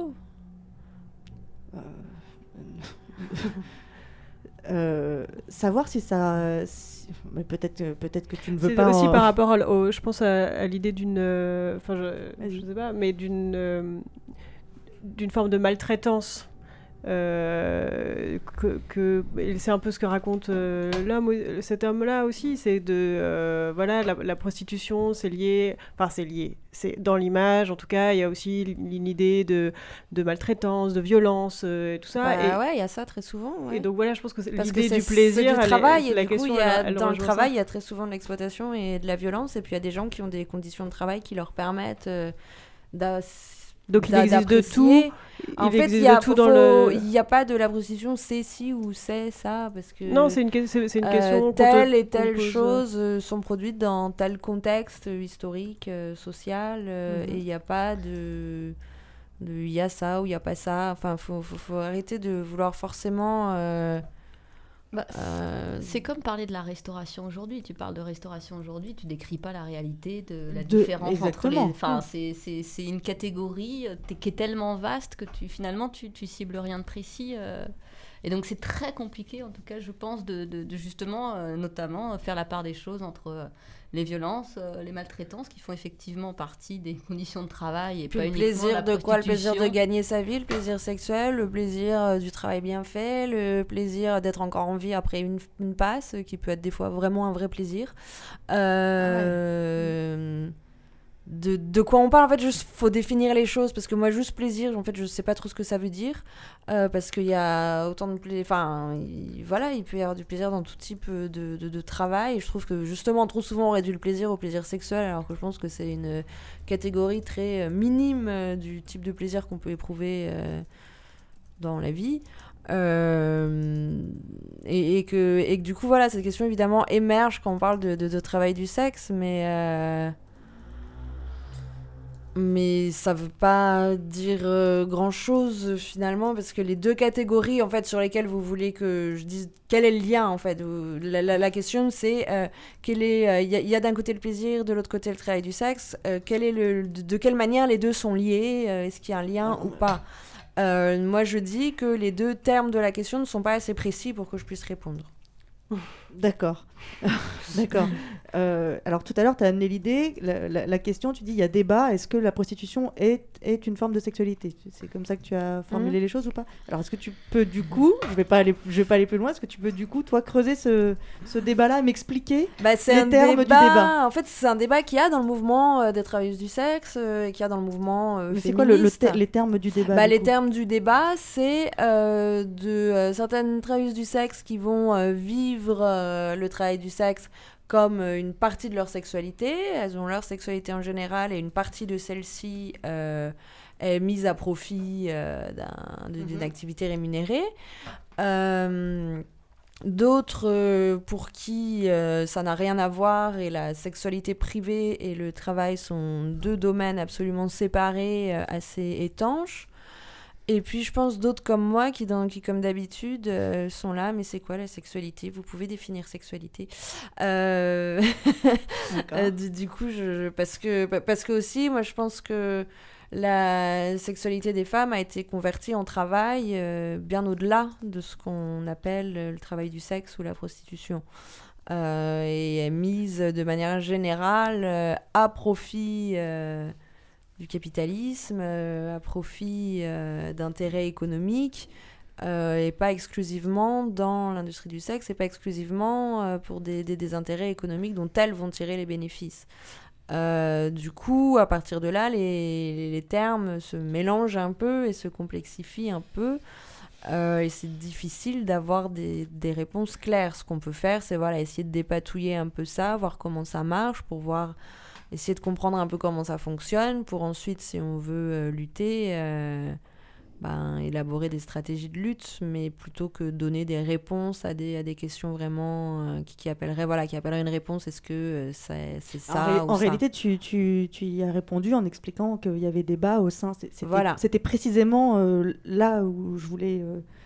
Savoir si ça... Mais peut-être que tu ne veux pas... C'est aussi par rapport je pense à l'idée d'une... je sais pas, mais d'une forme de maltraitance. C'est un peu ce que raconte cet homme-là aussi, c'est la prostitution, c'est lié, c'est dans l'image en tout cas, il y a aussi une idée de maltraitance, de violence et tout ça. Il y a ça très souvent. Ouais. Et donc voilà, je pense que l'idée du plaisir, c'est du travail, la question, dans le travail, il y a très souvent de l'exploitation et de la violence, et puis il y a des gens qui ont des conditions de travail qui leur permettent donc il existe de tout. En fait, il n'y a pas de la prostitution, c'est ci ou c'est ça, parce que non, c'est une question. Telle et telle chose sont produites dans tel contexte historique, social, et il n'y a pas de il y a ça ou il n'y a pas ça. Enfin, faut arrêter de vouloir forcément. C'est comme parler de la restauration aujourd'hui. Tu parles de restauration aujourd'hui, tu décris pas la réalité de la différence exactement. entre les... c'est une catégorie qui est tellement vaste que finalement tu cibles rien de précis. Et donc c'est très compliqué, en tout cas, je pense, de justement, notamment, faire la part des choses entre les violences, les maltraitances, qui font effectivement partie des conditions de travail et puis pas uniquement plaisir la de quoi ? Le plaisir prostitution. de gagner sa vie, le plaisir sexuel, le plaisir du travail bien fait, le plaisir d'être encore en vie après une passe, qui peut être des fois vraiment un vrai plaisir. De quoi on parle, en fait, juste faut définir les choses, parce que moi, juste plaisir, en fait, je sais pas trop ce que ça veut dire, parce qu'il y a autant de plaisir, il peut y avoir du plaisir dans tout type de travail, et je trouve que justement trop souvent on réduit le plaisir au plaisir sexuel, alors que je pense que c'est une catégorie très minime du type de plaisir qu'on peut éprouver dans la vie. Et que du coup voilà, cette question évidemment émerge quand on parle de travail du sexe, mais ça veut pas dire grand chose finalement, parce que les deux catégories en fait sur lesquelles vous voulez que je dise quel est le lien en fait, la question c'est il y a d'un côté le plaisir, de l'autre côté le travail du sexe, de quelle manière les deux sont liés, est-ce qu'il y a un lien ou pas. Moi je dis que les deux termes de la question ne sont pas assez précis pour que je puisse répondre. D'accord. D'accord. Alors tout à l'heure, tu as amené l'idée, la question, tu dis il y a débat, est-ce que la prostitution est une forme de sexualité ? C'est comme ça que tu as formulé les choses ou pas ? Alors est-ce que tu peux du coup, je vais pas aller plus loin, est-ce que tu peux du coup, toi, creuser ce débat-là et m'expliquer les termes du débat ? En fait, c'est un débat qu'il y a dans le mouvement des travailleuses du sexe, qu'il y a dans le mouvement Mais féministe. c'est quoi les termes du débat ? Les termes du débat, c'est certaines travailleuses du sexe qui vont vivre le travail du sexe comme une partie de leur sexualité. Elles ont leur sexualité en général et une partie de celle-ci est mise à profit d'une activité rémunérée. D'autres pour qui ça n'a rien à voir et la sexualité privée et le travail sont deux domaines absolument séparés, assez étanches. Et puis, je pense d'autres comme moi qui comme d'habitude, sont là. Mais c'est quoi la sexualité ? Vous pouvez définir sexualité. Du coup, parce que aussi, moi, je pense que la sexualité des femmes a été convertie en travail bien au-delà de ce qu'on appelle le travail du sexe ou la prostitution. Et est mise de manière générale à profit du capitalisme, à profit d'intérêts économiques, et pas exclusivement dans l'industrie du sexe, et pas exclusivement pour des intérêts économiques dont elles vont tirer les bénéfices. Du coup, à partir de là, les termes se mélangent un peu et se complexifient un peu. Et c'est difficile d'avoir des réponses claires. Ce qu'on peut faire, c'est essayer de dépatouiller un peu ça, voir comment ça marche, essayer de comprendre un peu comment ça fonctionne, pour ensuite, si on veut lutter, élaborer des stratégies de lutte, mais plutôt que donner des réponses à des questions vraiment qui appelleraient une réponse. Est-ce que c'est ça En réalité, tu y as répondu en expliquant qu'il y avait débat au sein. C'était précisément là où je voulais...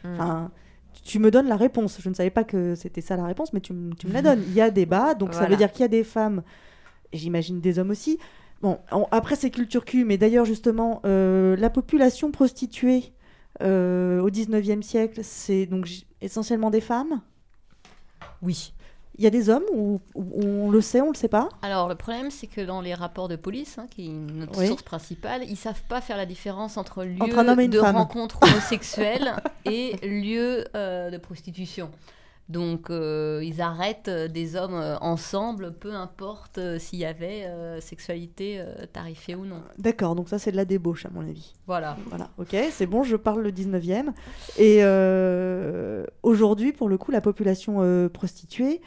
Tu me donnes la réponse. Je ne savais pas que c'était ça la réponse, mais tu me la donnes. Il y a débat, donc ça veut dire qu'il y a des femmes, et j'imagine des hommes aussi. Bon, après, c'est culture Q, mais d'ailleurs, justement, la population prostituée au 19e siècle, c'est donc essentiellement des femmes ? Oui. Il y a des hommes ou on le sait, on le sait pas ? Alors, le problème, c'est que dans les rapports de police, qui est notre source principale, ils savent pas faire la différence entre lieu de rencontre homosexuelle et lieu de prostitution. Donc, ils arrêtent des hommes ensemble, peu importe s'il y avait sexualité tarifée ou non. D'accord, donc ça, c'est de la débauche, à mon avis. Voilà, ok, c'est bon, je parle le 19e. Et aujourd'hui, pour le coup, la population prostituée,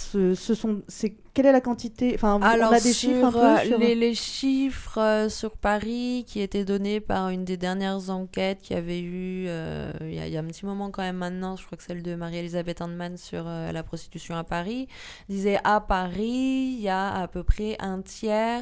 quelle est la quantité ? Alors, on a des chiffres un peu sur... les chiffres sur Paris qui étaient donnés par une des dernières enquêtes qu'il y avait eu il y a un petit moment quand même maintenant, je crois que celle de Marie-Elisabeth Handman sur la prostitution à Paris, disait à Paris, il y a à peu près un tiers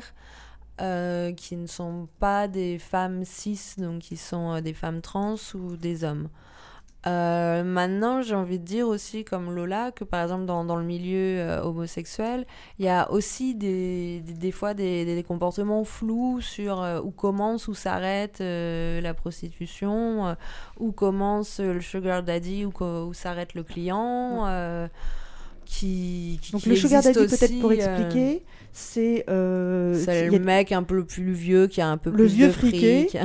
qui ne sont pas des femmes cis, donc qui sont des femmes trans ou des hommes. Maintenant, j'ai envie de dire aussi, comme Lola, que par exemple dans le milieu homosexuel, il y a aussi des fois des comportements flous sur où commence, où s'arrête la prostitution, où commence le sugar daddy, où s'arrête le client. Donc le sugar daddy, peut-être pour expliquer, c'est le mec un peu plus vieux qui a un peu plus de fric.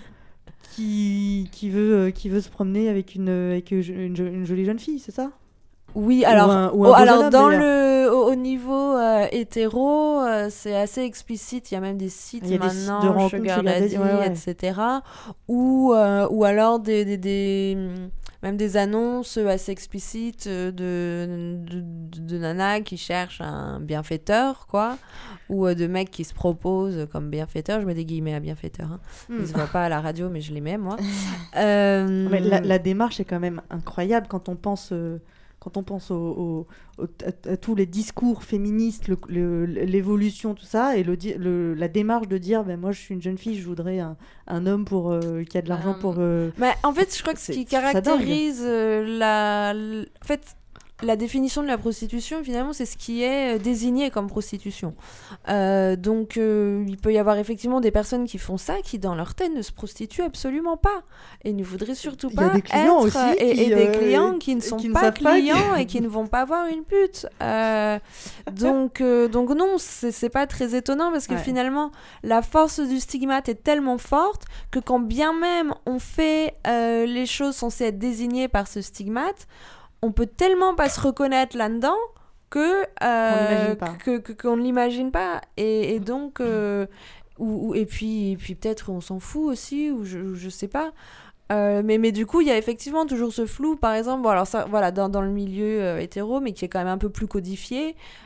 Qui veut se promener avec une jolie jeune fille, c'est ça ? Oui, alors au niveau hétéro, c'est assez explicite. Il y a même des sites maintenant, Sugar Daddy, etc. Ou alors même des annonces assez explicites de nanas qui cherchent un bienfaiteur, quoi, ou de mecs qui se proposent comme bienfaiteurs. Je mets des guillemets à bienfaiteurs. Hein. Ils ne se voient pas à la radio, mais je les mets, moi. Mais la démarche est quand même incroyable quand on pense à tous les discours féministes, l'évolution, tout ça, et la démarche de dire moi je suis une jeune fille, je voudrais un homme qui a de l'argent pour... Mais en fait, je crois que ce qui caractérise en fait, la définition de la prostitution, finalement, c'est ce qui est désigné comme prostitution. Donc, il peut y avoir effectivement des personnes qui font ça, qui dans leur tête ne se prostituent absolument pas et ne voudraient surtout pas être... et des clients qui ne sont pas clients et qui ne vont pas voir une pute. Donc non, c'est pas très étonnant parce que finalement, la force du stigmate est tellement forte que quand bien même on fait les choses censées être désignées par ce stigmate, on peut tellement pas se reconnaître là-dedans qu'on ne l'imagine pas. Et donc, et puis peut-être on s'en fout aussi, ou je sais pas. Mais du coup, il y a effectivement toujours ce flou, par exemple, dans le milieu hétéro, mais qui est quand même un peu plus codifié.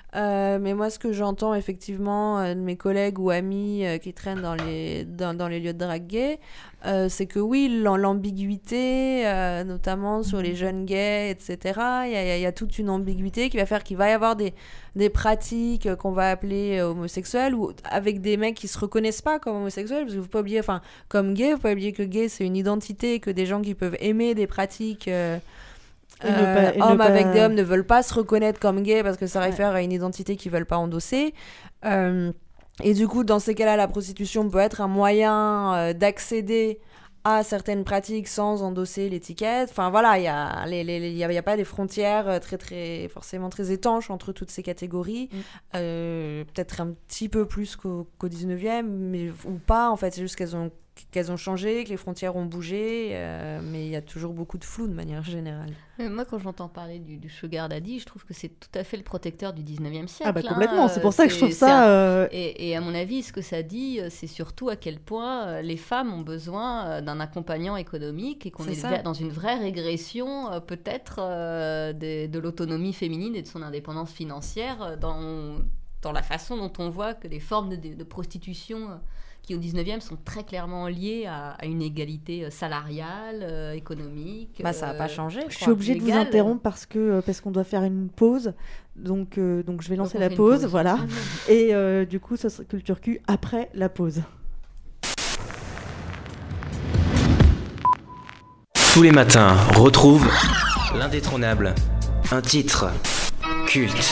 Mais moi, ce que j'entends effectivement de mes collègues ou amis qui traînent dans les lieux de drague gay, c'est que oui, l'ambiguïté, notamment sur les jeunes gays, etc., il y a toute une ambiguïté qui va faire qu'il va y avoir des pratiques qu'on va appeler homosexuelles ou avec des mecs qui se reconnaissent pas comme homosexuels, parce que vous pouvez pas oublier, enfin, comme gay, vous pouvez pas oublier que gay, c'est une identité, que des gens qui peuvent aimer des pratiques... hommes avec des hommes ne veulent pas se reconnaître comme gays parce que ça réfère à une identité qu'ils veulent pas endosser. Et du coup, dans ces cas-là, la prostitution peut être un moyen d'accéder à certaines pratiques sans endosser l'étiquette. Enfin voilà, il y a pas des frontières forcément très étanches entre toutes ces catégories. Peut-être un petit peu plus qu'au 19e, mais ou pas en fait. C'est juste qu'elles ont changé, que les frontières ont bougé, mais il y a toujours beaucoup de flou de manière générale. Moi, quand j'entends parler du sugar daddy, je trouve que c'est tout à fait le protecteur du 19e siècle. Ah bah complètement, c'est pour ça que je trouve ça... Et à mon avis, ce que ça dit, c'est surtout à quel point les femmes ont besoin d'un accompagnant économique et qu'on est dans une vraie régression, peut-être, de l'autonomie féminine et de son indépendance financière dans la façon dont on voit que les formes de prostitution... qui au 19e sont très clairement liées à une égalité salariale, économique. Ça n'a pas changé. Je suis obligée de vous interrompre parce qu'on doit faire une pause. Donc je vais lancer la pause. Voilà. Et du coup, ça sera Culture Q après la pause. Tous les matins, retrouve l'indétrônable. Un titre culte.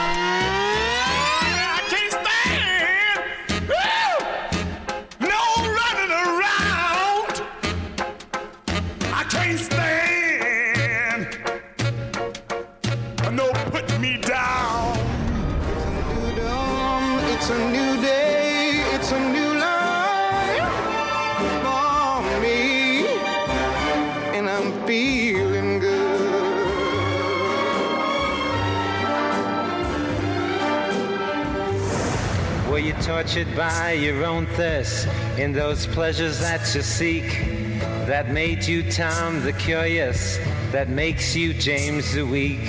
Tortured by your own thirst in those pleasures that you seek, that made you Tom the Curious, that makes you James the Weak.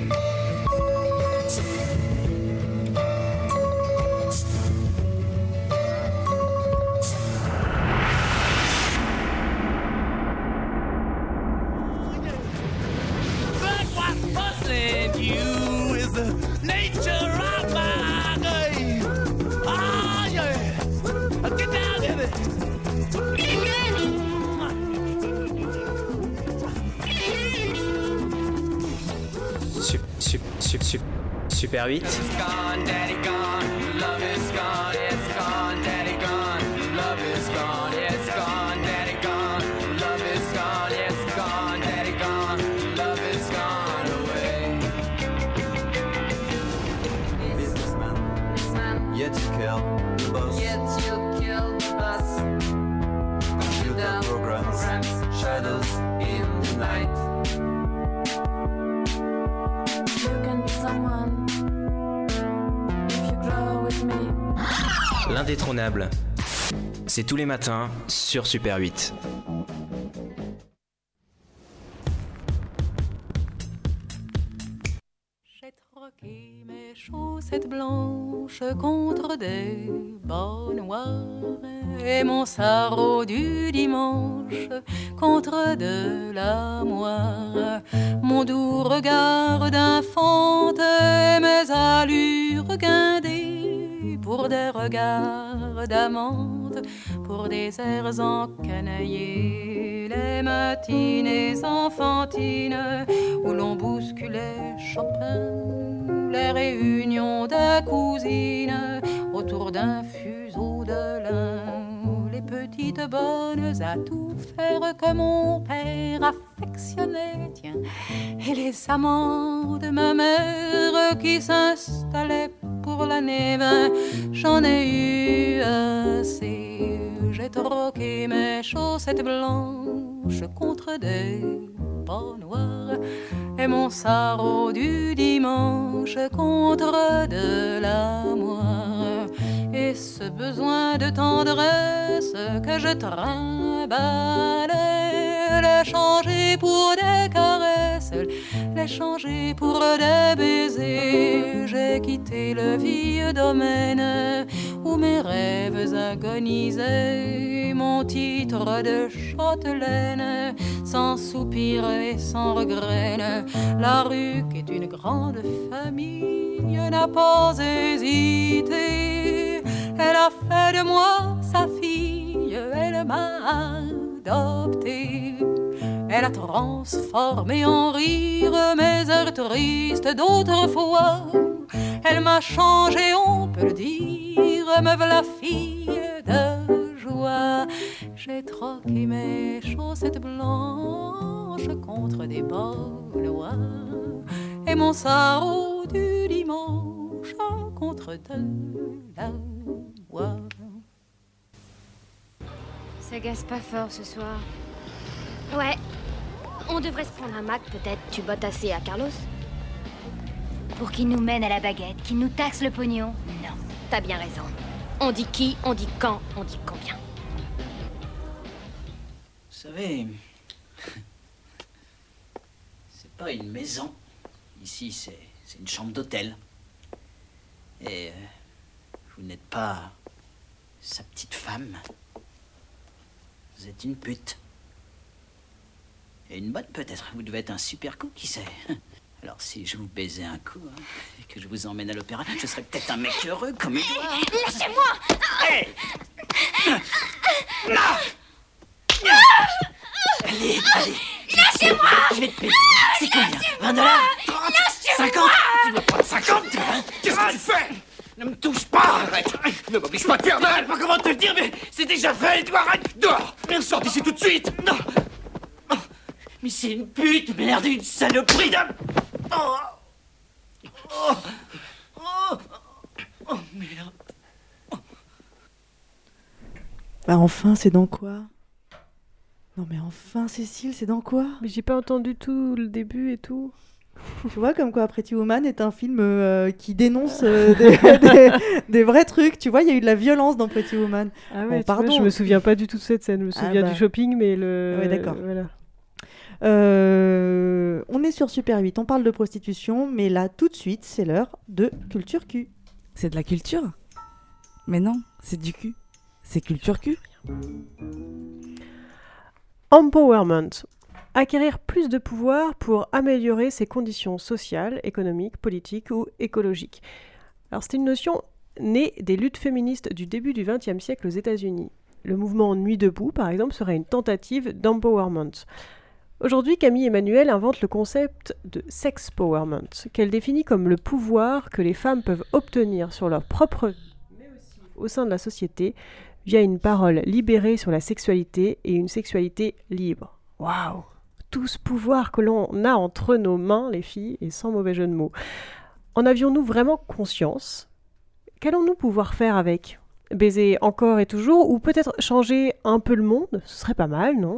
Super 8. L'indétrônable. C'est tous les matins sur Super 8. J'ai troqué mes chaussettes blanches contre des bas noirs et mon sarrau du dimanche contre de la moire. Mon doux regard d'infante et mes allures guindées pour des regards d'amante, pour des airs encanaillés, les matinées enfantines où l'on bousculait Chopin, les réunions de cousines autour d'un fuseau de lin, les petites bonnes à tout faire que mon père affectionnait, tiens, et les amants de ma mère qui s'installaient pour l'année 20, j'en ai eu assez. J'ai troqué mes chaussettes blanches contre des bas noirs et mon sarrau du dimanche contre de la moire. Et ce besoin de tendresse que je trimbalais, le changer pour des caresses, les j'ai changé pour des baisers. J'ai quitté le vieux domaine où mes rêves agonisaient. Mon titre de châtelaine, sans soupir et sans regret. La rue qui est une grande famille n'a pas hésité. Elle a fait de moi sa fille, elle m'a adopté. Elle a transformé en rire mes heures tristes d'autrefois. Elle m'a changé, on peut le dire, me voilà fille de joie. J'ai troqué mes chaussettes blanches contre des bas noirs et mon sarrau du dimanche contre de la bois. Ça gaze pas fort ce soir. Ouais, on devrait se prendre un Mac peut-être. Tu bottes assez à Carlos? Pour qu'il nous mène à la baguette, qu'il nous taxe le pognon? Non, t'as bien raison. On dit qui, on dit quand, on dit combien. Vous savez, c'est pas une maison. Ici, c'est une chambre d'hôtel. Et vous n'êtes pas sa petite femme. Vous êtes une pute. Et une bonne peut-être. Vous devez être un super coup, qui sait. Alors si je vous baisais un coup, et que je vous emmène à l'opéra, je serais peut-être un mec heureux comme Edouard. Lâchez-moi! Hey! Non! Allez, allez! Lâchez-moi! Je vais te payer. C'est combien? 20 $? 30? 50? Tu veux prendre 50, toi, hein? Qu'est-ce que tu fais? Ne me touche pas! Arrête! Ne m'oblige pas de faire mal! Pas comment te le dire, mais c'est déjà fait, Edouard! Arrête! Dehors! Sors d'ici tout de suite! Non! Mais c'est une pute, merde, une saloperie de... Oh, oh, oh, oh merde. Bah enfin, c'est dans quoi? Non mais enfin, Cécile, c'est dans quoi? Mais j'ai pas entendu tout le début et tout. Tu vois, comme quoi Pretty Woman est un film qui dénonce des vrais trucs. Tu vois, il y a eu de la violence dans Pretty Woman. Ah ouais, bon, pardon. Vois, je me souviens pas du tout de cette scène. Je me souviens du shopping, mais le... Ouais, d'accord. Voilà. On est sur Super 8, on parle de prostitution, mais là, tout de suite, c'est l'heure de Culture Q. C'est de la culture? Mais non, c'est du cul. C'est Culture Q. Empowerment. Acquérir plus de pouvoir pour améliorer ses conditions sociales, économiques, politiques ou écologiques. Alors, c'est une notion née des luttes féministes du début du XXe siècle aux États-Unis. Le mouvement Nuit debout, par exemple, serait une tentative d'empowerment. Aujourd'hui, Camille Emmanuel invente le concept de sexpowerment, qu'elle définit comme le pouvoir que les femmes peuvent obtenir sur leur propre vie, mais aussi au sein de la société, via une parole libérée sur la sexualité et une sexualité libre. Waouh! Tout ce pouvoir que l'on a entre nos mains, les filles, et sans mauvais jeu de mots. En avions-nous vraiment conscience? Qu'allons-nous pouvoir faire avec? Baiser encore et toujours, ou peut-être changer un peu le monde? Ce serait pas mal, non?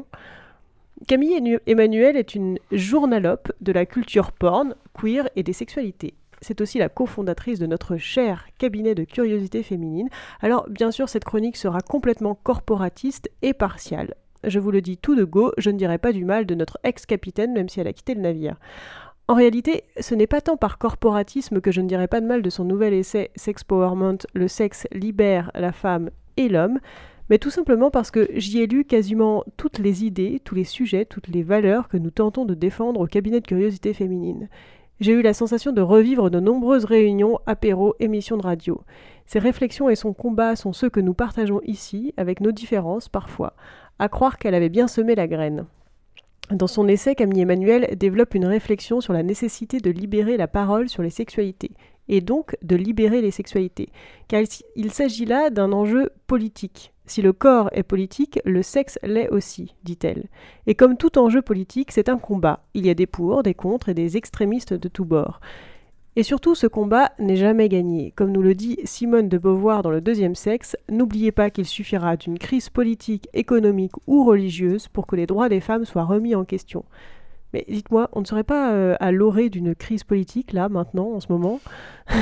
Camille Emmanuel est une journalope de la culture porn, queer et des sexualités. C'est aussi la cofondatrice de notre cher cabinet de curiosité féminine. Alors, bien sûr, cette chronique sera complètement corporatiste et partiale. Je vous le dis tout de go, je ne dirai pas du mal de notre ex-capitaine, même si elle a quitté le navire. En réalité, ce n'est pas tant par corporatisme que je ne dirai pas de mal de son nouvel essai Sexpowerment, le sexe libère la femme et l'homme, mais tout simplement parce que j'y ai lu quasiment toutes les idées, tous les sujets, toutes les valeurs que nous tentons de défendre au cabinet de curiosité féminine. J'ai eu la sensation de revivre de nombreuses réunions, apéros, émissions de radio. Ses réflexions et son combat sont ceux que nous partageons ici, avec nos différences parfois, à croire qu'elle avait bien semé la graine. Dans son essai, Camille Emmanuel développe une réflexion sur la nécessité de libérer la parole sur les sexualités, et donc de libérer les sexualités, car il s'agit là d'un enjeu politique. Si le corps est politique, le sexe l'est aussi, dit-elle. Et comme tout enjeu politique, c'est un combat. Il y a des pour, des contre et des extrémistes de tous bords. Et surtout, ce combat n'est jamais gagné. Comme nous le dit Simone de Beauvoir dans Le Deuxième Sexe, n'oubliez pas qu'il suffira d'une crise politique, économique ou religieuse pour que les droits des femmes soient remis en question. Mais dites-moi, on ne serait pas à l'orée d'une crise politique, là, maintenant, en ce moment?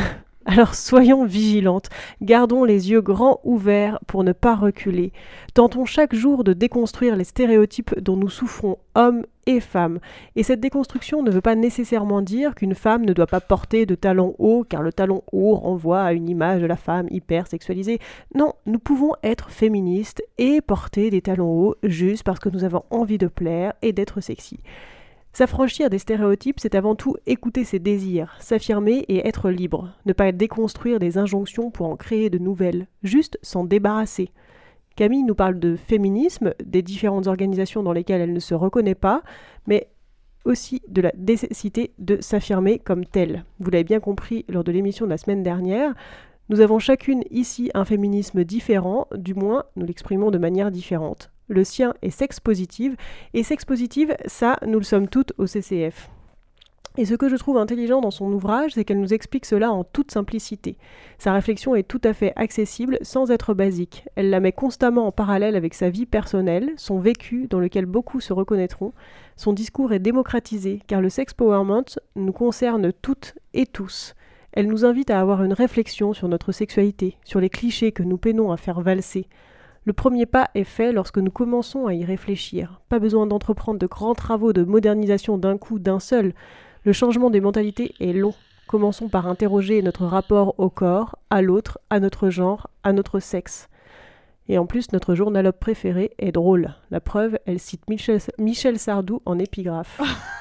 Alors soyons vigilantes, gardons les yeux grands ouverts pour ne pas reculer. Tentons chaque jour de déconstruire les stéréotypes dont nous souffrons, hommes et femmes. Et cette déconstruction ne veut pas nécessairement dire qu'une femme ne doit pas porter de talons hauts, car le talon haut renvoie à une image de la femme hyper sexualisée. Non, nous pouvons être féministes et porter des talons hauts juste parce que nous avons envie de plaire et d'être sexy. S'affranchir des stéréotypes, c'est avant tout écouter ses désirs, s'affirmer et être libre, ne pas déconstruire des injonctions pour en créer de nouvelles, juste s'en débarrasser. Camille nous parle de féminisme, des différentes organisations dans lesquelles elle ne se reconnaît pas, mais aussi de la nécessité de s'affirmer comme telle. Vous l'avez bien compris lors de l'émission de la semaine dernière, nous avons chacune ici un féminisme différent, du moins nous l'exprimons de manière différente. Le sien est sexe positive, et sexe positive, ça, nous le sommes toutes au CCF. Et ce que je trouve intelligent dans son ouvrage, c'est qu'elle nous explique cela en toute simplicité. Sa réflexion est tout à fait accessible sans être basique. Elle la met constamment en parallèle avec sa vie personnelle, son vécu dans lequel beaucoup se reconnaîtront. Son discours est démocratisé, car le Sex Powerment nous concerne toutes et tous. Elle nous invite à avoir une réflexion sur notre sexualité, sur les clichés que nous peinons à faire valser. Le premier pas est fait lorsque nous commençons à y réfléchir. Pas besoin d'entreprendre de grands travaux de modernisation d'un coup, d'un seul. Le changement des mentalités est long. Commençons par interroger notre rapport au corps, à l'autre, à notre genre, à notre sexe. Et en plus, notre journalope préféré est drôle. La preuve, elle cite Michel Sardou en épigraphe.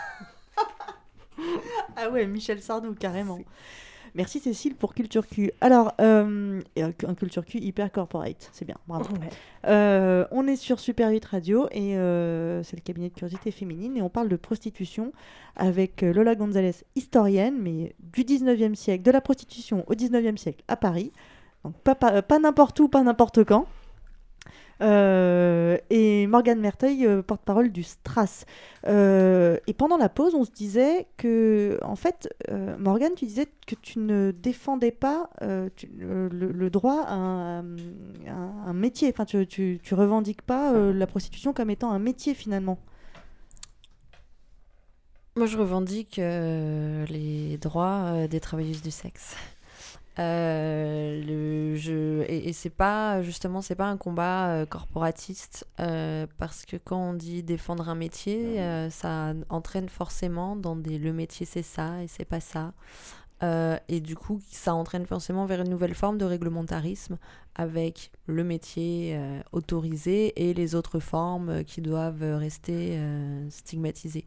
Ah ouais, Michel Sardou, carrément. Merci Cécile pour Culture Q. Alors, un Culture Q hyper corporate, c'est bien, bravo. Ouais. On est sur Super 8 Radio et c'est le cabinet de curiosité féminine et on parle de prostitution avec Lola Gonzalez, historienne, mais du 19e siècle, de la prostitution au 19e siècle à Paris. Donc pas n'importe où, pas n'importe quand. Et Morgane Merteuil, porte-parole du Stras. Et pendant la pause, on se disait que, en fait, Morgane, tu disais que tu ne défendais pas le droit à un métier. Enfin, tu revendiques pas la prostitution comme étant un métier finalement. Moi, je revendique les droits des travailleuses du sexe. Et c'est pas justement, c'est pas un combat corporatiste parce que quand on dit défendre un métier, ça entraîne forcément dans le métier c'est ça et c'est pas ça, et du coup ça entraîne forcément vers une nouvelle forme de réglementarisme avec le métier autorisé et les autres formes qui doivent rester stigmatisées.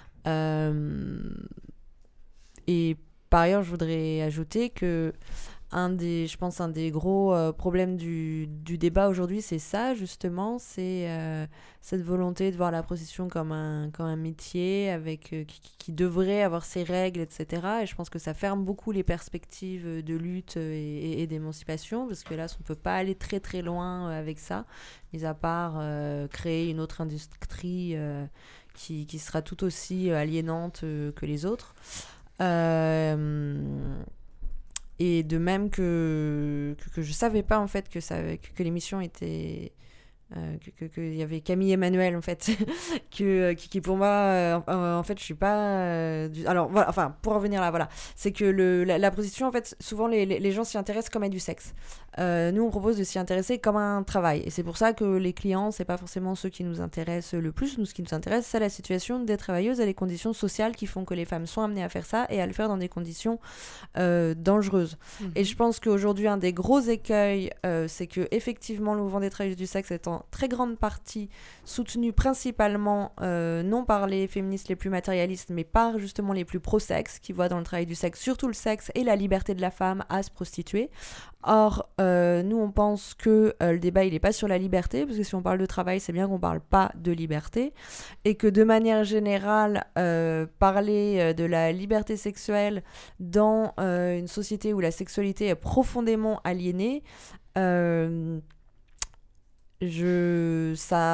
Et par ailleurs, je voudrais ajouter que un des gros problèmes du débat aujourd'hui, c'est ça, justement, c'est cette volonté de voir la prostitution comme un métier avec, qui devrait avoir ses règles, etc. Et je pense que ça ferme beaucoup les perspectives de lutte et d'émancipation, parce que là, on ne peut pas aller très très loin avec ça, mis à part créer une autre industrie qui sera tout aussi aliénante que les autres. Et de même que je savais pas en fait que l'émission était qu'il y avait Camille Emmanuel en fait qui pour moi en fait je suis pas alors voilà, enfin pour en revenir là, voilà, c'est que la prostitution en fait souvent les gens s'y intéressent comme à du sexe. Nous on propose de s'y intéresser comme à un travail, et c'est pour ça que les clients c'est pas forcément ceux qui nous intéressent le plus. Nous, ce qui nous intéresse, c'est la situation des travailleuses et les conditions sociales qui font que les femmes sont amenées à faire ça et à le faire dans des conditions dangereuses. Et je pense qu'aujourd'hui un des gros écueils c'est que effectivement le mouvement des travailleuses du sexe est en très grande partie soutenu principalement non par les féministes les plus matérialistes, mais par justement les plus pro-sexe, qui voient dans le travail du sexe surtout le sexe et la liberté de la femme à se prostituer. Or, nous on pense que le débat il n'est pas sur la liberté, parce que si on parle de travail, c'est bien qu'on ne parle pas de liberté, et que de manière générale, parler de la liberté sexuelle dans une société où la sexualité est profondément aliénée, je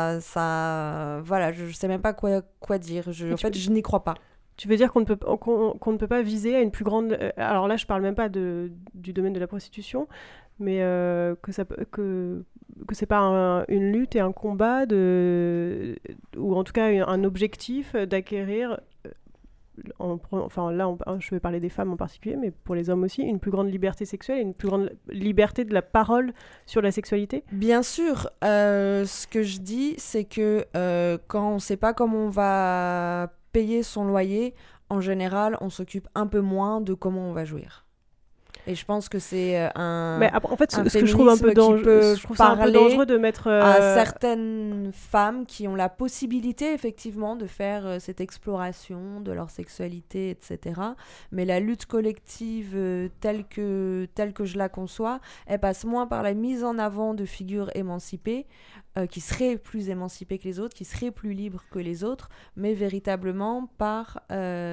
sais même pas quoi dire. En fait, je n'y crois pas. Tu veux dire qu'on ne peut pas viser à une plus grande... alors là, je parle même pas du domaine de la prostitution, mais que c'est pas une lutte et un combat ou en tout cas un objectif d'acquérir, en je vais parler des femmes en particulier, mais pour les hommes aussi, une plus grande liberté sexuelle et une plus grande liberté de la parole sur la sexualité? Bien sûr. Ce que je dis, c'est que quand on ne sait pas comment on va payer son loyer, en général, on s'occupe un peu moins de comment on va jouir. Et je pense que c'est en fait, ce que je trouve un peu dangereux de mettre à certaines femmes qui ont la possibilité effectivement de faire cette exploration de leur sexualité, etc. Mais la lutte collective telle que je la conçois, elle passe moins par la mise en avant de figures émancipées qui seraient plus émancipées que les autres, qui seraient plus libres que les autres, mais véritablement par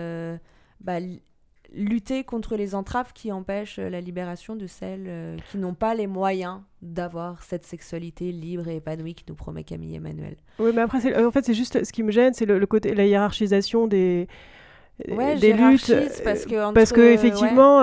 lutter contre les entraves qui empêchent la libération de celles qui n'ont pas les moyens d'avoir cette sexualité libre et épanouie que nous promet Camille Emmanuel. Oui, mais après, c'est juste ce qui me gêne, c'est le côté, la hiérarchisation des luttes, parce que effectivement,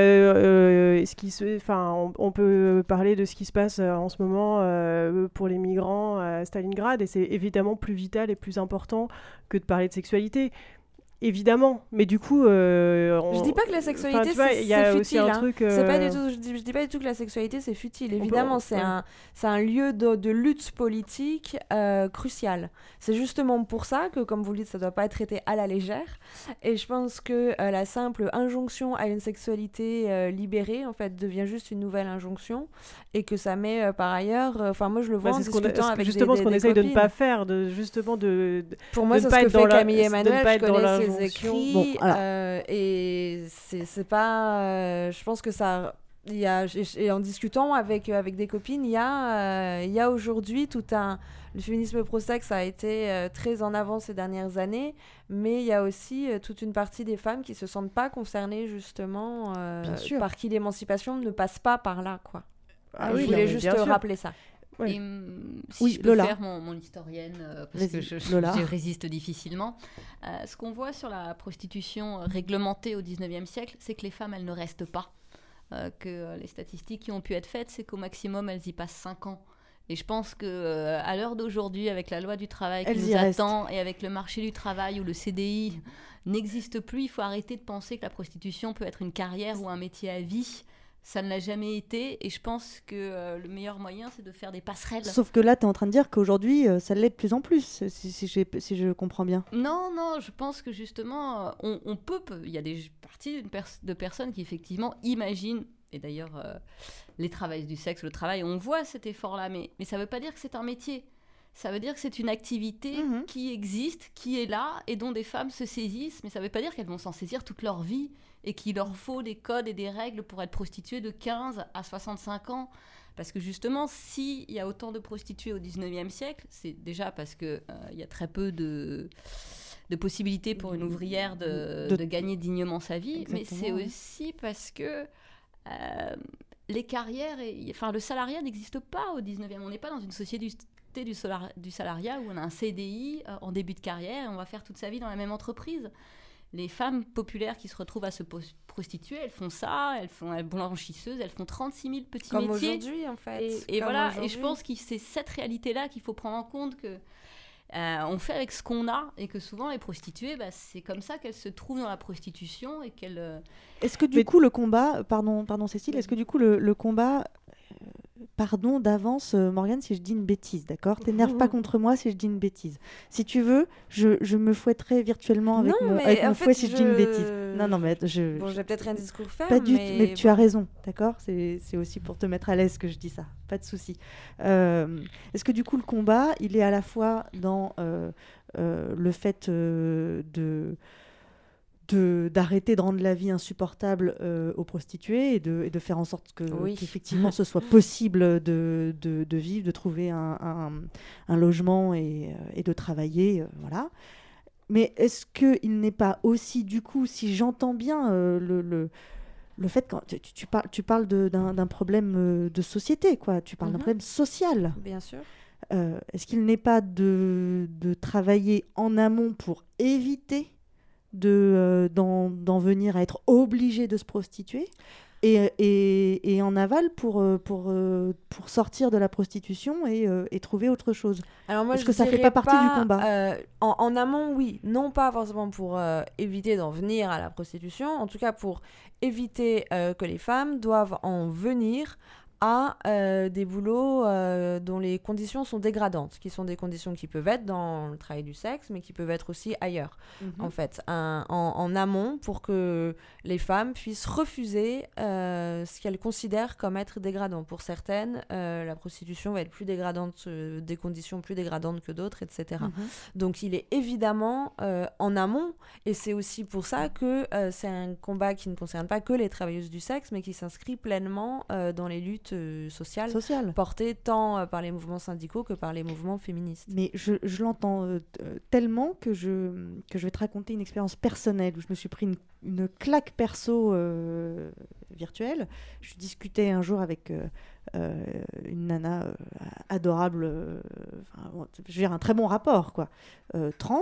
on peut parler de ce qui se passe en ce moment pour les migrants à Stalingrad, et c'est évidemment plus vital et plus important que de parler de sexualité. Évidemment, mais du coup, je dis pas que la sexualité c'est futile. C'est pas du tout. Je dis pas du tout que la sexualité c'est futile. Évidemment, c'est un lieu de lutte politique crucial. C'est justement pour ça que, comme vous le dites, ça doit pas être traité à la légère. Et je pense que la simple injonction à une sexualité libérée, en fait, devient juste une nouvelle injonction, et que ça met par ailleurs. Moi, je le vois en discutant avec justement des ce qu'on essaye copines. de ne pas faire, Pour moi, c'est ce que fait Camille Emmanuel. Je connais ses écrits, bon, et c'est pas je pense que ça et en discutant avec des copines, il y a aujourd'hui le féminisme pro-sexe a été très en avant ces dernières années, mais il y a aussi toute une partie des femmes qui se sentent pas concernées justement par qui l'émancipation ne passe pas par là, quoi. Je voulais juste rappeler ça. Ouais. Et si je peux faire mon historienne, parce que je résiste difficilement, ce qu'on voit sur la prostitution réglementée au 19e siècle, c'est que les femmes, elles ne restent pas. Que les statistiques qui ont pu être faites, c'est qu'au maximum, elles y passent 5 ans. Et je pense qu'à l'heure d'aujourd'hui, avec la loi du travail qui nous attend, et avec le marché du travail où le CDI n'existe plus, il faut arrêter de penser que la prostitution peut être une carrière ou un métier à vie. Ça ne l'a jamais été, et je pense que le meilleur moyen, c'est de faire des passerelles. Sauf que là, tu es en train de dire qu'aujourd'hui, ça l'est de plus en plus, si je comprends bien. Non, je pense que justement, on peut... Il y a des parties de personnes qui, effectivement, imaginent, et d'ailleurs, les travailleurs du sexe, le travail, on voit cet effort-là, mais ça ne veut pas dire que c'est un métier. Ça veut dire que c'est une activité qui existe, qui est là, et dont des femmes se saisissent, mais ça ne veut pas dire qu'elles vont s'en saisir toute leur vie, et qu'il leur faut des codes et des règles pour être prostituées de 15 à 65 ans. Parce que justement, s'il y a autant de prostituées au 19e siècle, c'est déjà parce qu'il y a très peu de possibilités pour une ouvrière de gagner dignement sa vie, mais c'est aussi parce que les carrières, le salariat n'existe pas au 19e. On n'est pas dans une société du salariat où on a un CDI en début de carrière et on va faire toute sa vie dans la même entreprise. Les femmes populaires qui se retrouvent à se prostituer, elles font ça, elles blanchisseuses, elles font 36 000 petits comme métiers. Comme aujourd'hui, en fait. Et voilà, et je pense que c'est cette réalité-là qu'il faut prendre en compte, que on fait avec ce qu'on a, et que souvent les prostituées, c'est comme ça qu'elles se trouvent dans la prostitution, et qu'elles... Est-ce que du coup le combat... Pardon Cécile, est-ce que du coup le combat... Pardon d'avance, Morgane, si je dis une bêtise, d'accord ? T'énerve pas contre moi si je dis une bêtise. Si tu veux, je me fouetterai virtuellement avec mon fouet si je dis une bêtise. Non, mais j'ai peut-être un discours ferme, pas mais tu as raison, d'accord ? C'est aussi pour te mettre à l'aise que je dis ça, pas de souci. Est-ce que du coup, le combat, il est à la fois dans le fait d'arrêter de rendre la vie insupportable aux prostituées et de faire en sorte qu'effectivement ce soit possible de vivre, de trouver un logement et de travailler, voilà. Mais est-ce qu'il n'est pas aussi, du coup, si j'entends bien le fait que tu parles d'un problème de société, quoi, tu parles d'un problème social. Bien sûr. Est-ce qu'il n'est pas de travailler en amont pour éviter d'en venir à être obligé de se prostituer, et en aval pour sortir de la prostitution et trouver autre chose. Alors moi, est-ce que ça fait pas partie du combat? En amont, oui. Non pas forcément pour éviter d'en venir à la prostitution, en tout cas pour éviter que les femmes doivent en venir à des boulots dont les conditions sont dégradantes, qui sont des conditions qui peuvent être dans le travail du sexe, mais qui peuvent être aussi ailleurs, en fait, en amont, pour que les femmes puissent refuser ce qu'elles considèrent comme être dégradant. Pour certaines, la prostitution va être plus dégradante, des conditions plus dégradantes que d'autres, etc. Donc il est évidemment en amont, et c'est aussi pour ça que c'est un combat qui ne concerne pas que les travailleuses du sexe, mais qui s'inscrit pleinement dans les luttes sociales portées tant par les mouvements syndicaux que par les mouvements féministes. Mais je l'entends tellement que je vais te raconter une expérience personnelle où je me suis pris une claque perso virtuelle. Je discutais un jour avec une nana adorable, je veux dire un très bon rapport, quoi, trans.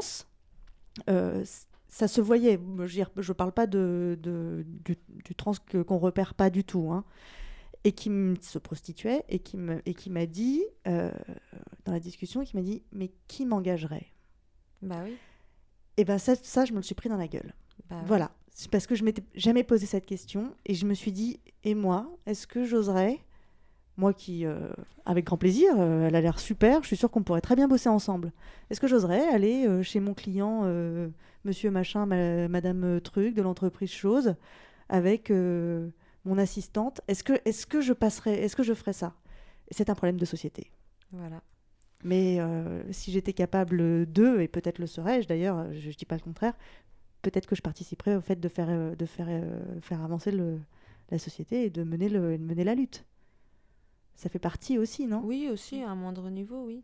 Ça se voyait, je parle pas du trans qu'on repère pas du tout, hein. Et qui se prostituait et qui m'a dit, dans la discussion, qui m'a dit « mais qui m'engagerait ?» Bah oui. Et ben ça, je me le suis pris dans la gueule. Bah voilà. Ouais. C'est parce que je m'étais jamais posé cette question et je me suis dit « et moi, est-ce que j'oserais ?» Moi qui, avec grand plaisir, elle a l'air super, je suis sûre qu'on pourrait très bien bosser ensemble. Est-ce que j'oserais aller chez mon client, monsieur machin, madame truc, de l'entreprise chose, avec... mon assistante, est-ce que je ferais ça? C'est un problème de société. Voilà. Mais si j'étais capable de, et peut-être le serais-je d'ailleurs, je ne dis pas le contraire, peut-être que je participerais au fait de faire avancer la société et de mener la lutte. Ça fait partie aussi, non? Oui, aussi, à un moindre niveau, oui.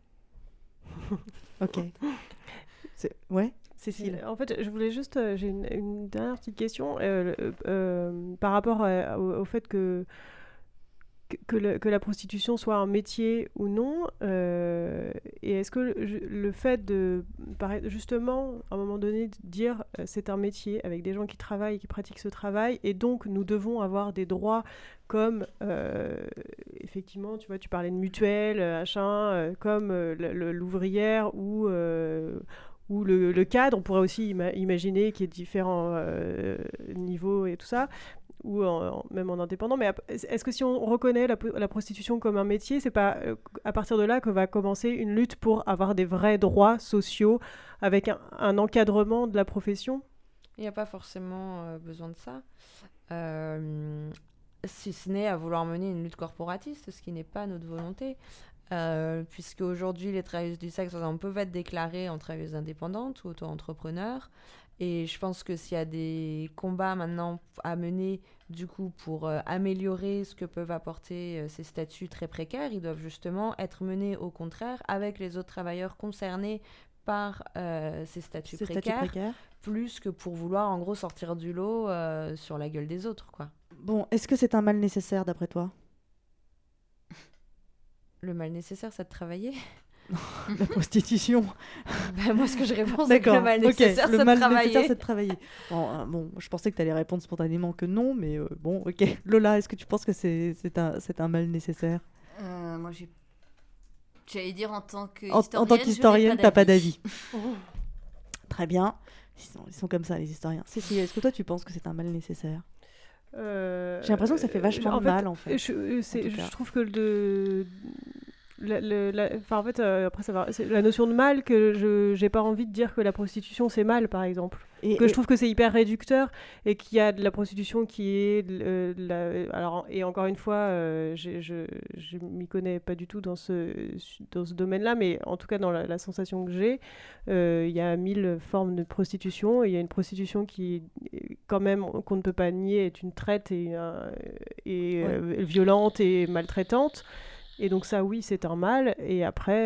Ok. Ouais. Cécile. En fait, je voulais juste... j'ai une dernière petite question par rapport au fait que la prostitution soit un métier ou non. Et est-ce que le fait de, justement, à un moment donné, de dire c'est un métier avec des gens qui travaillent, qui pratiquent ce travail, et donc nous devons avoir des droits comme, effectivement, tu vois, tu parlais de mutuelle, comme l'ouvrière ou le cadre, on pourrait aussi imaginer qu'il y ait différents niveaux et tout ça, ou même en indépendant. Mais est-ce que si on reconnaît la prostitution comme un métier, c'est pas à partir de là que va commencer une lutte pour avoir des vrais droits sociaux avec un encadrement de la profession? Il n'y a pas forcément besoin de ça. Si ce n'est à vouloir mener une lutte corporatiste, ce qui n'est pas notre volonté. Puisque aujourd'hui les travailleuses du sexe peuvent être déclarées en travailleuses indépendantes ou auto-entrepreneurs, et je pense que s'il y a des combats maintenant à mener du coup pour améliorer ce que peuvent apporter ces statuts très précaires, ils doivent justement être menés au contraire avec les autres travailleurs concernés par ces statuts précaires, plus que pour vouloir en gros sortir du lot sur la gueule des autres, quoi. Bon, est-ce que c'est un mal nécessaire d'après toi? Le mal nécessaire, c'est de travailler. La prostitution. Moi, ce que je réponds, c'est que le mal nécessaire, c'est de travailler. Le mal nécessaire, c'est de travailler. Bon, je pensais que tu allais répondre spontanément que non, mais bon, ok. Lola, est-ce que tu penses que c'est un mal nécessaire? Moi, j'allais dire en tant qu'historienne, t'as pas d'avis. Très bien. Ils sont comme ça, les historiens. Cécile, est-ce que toi, tu penses que c'est un mal nécessaire? J'ai l'impression que ça fait vachement mal, en fait. Je trouve que après ça va, c'est la notion de mal que j'ai pas envie de dire que la prostitution c'est mal, par exemple, je trouve que c'est hyper réducteur et qu'il y a de la prostitution qui est alors, et encore une fois je m'y connais pas du tout dans ce domaine-là, mais en tout cas dans la sensation que j'ai, il y a 1000 formes de prostitution, et il y a une prostitution qui quand même, qu'on ne peut pas nier, est une traite et violente et maltraitante. Et donc ça, oui, c'est un mal. Et après,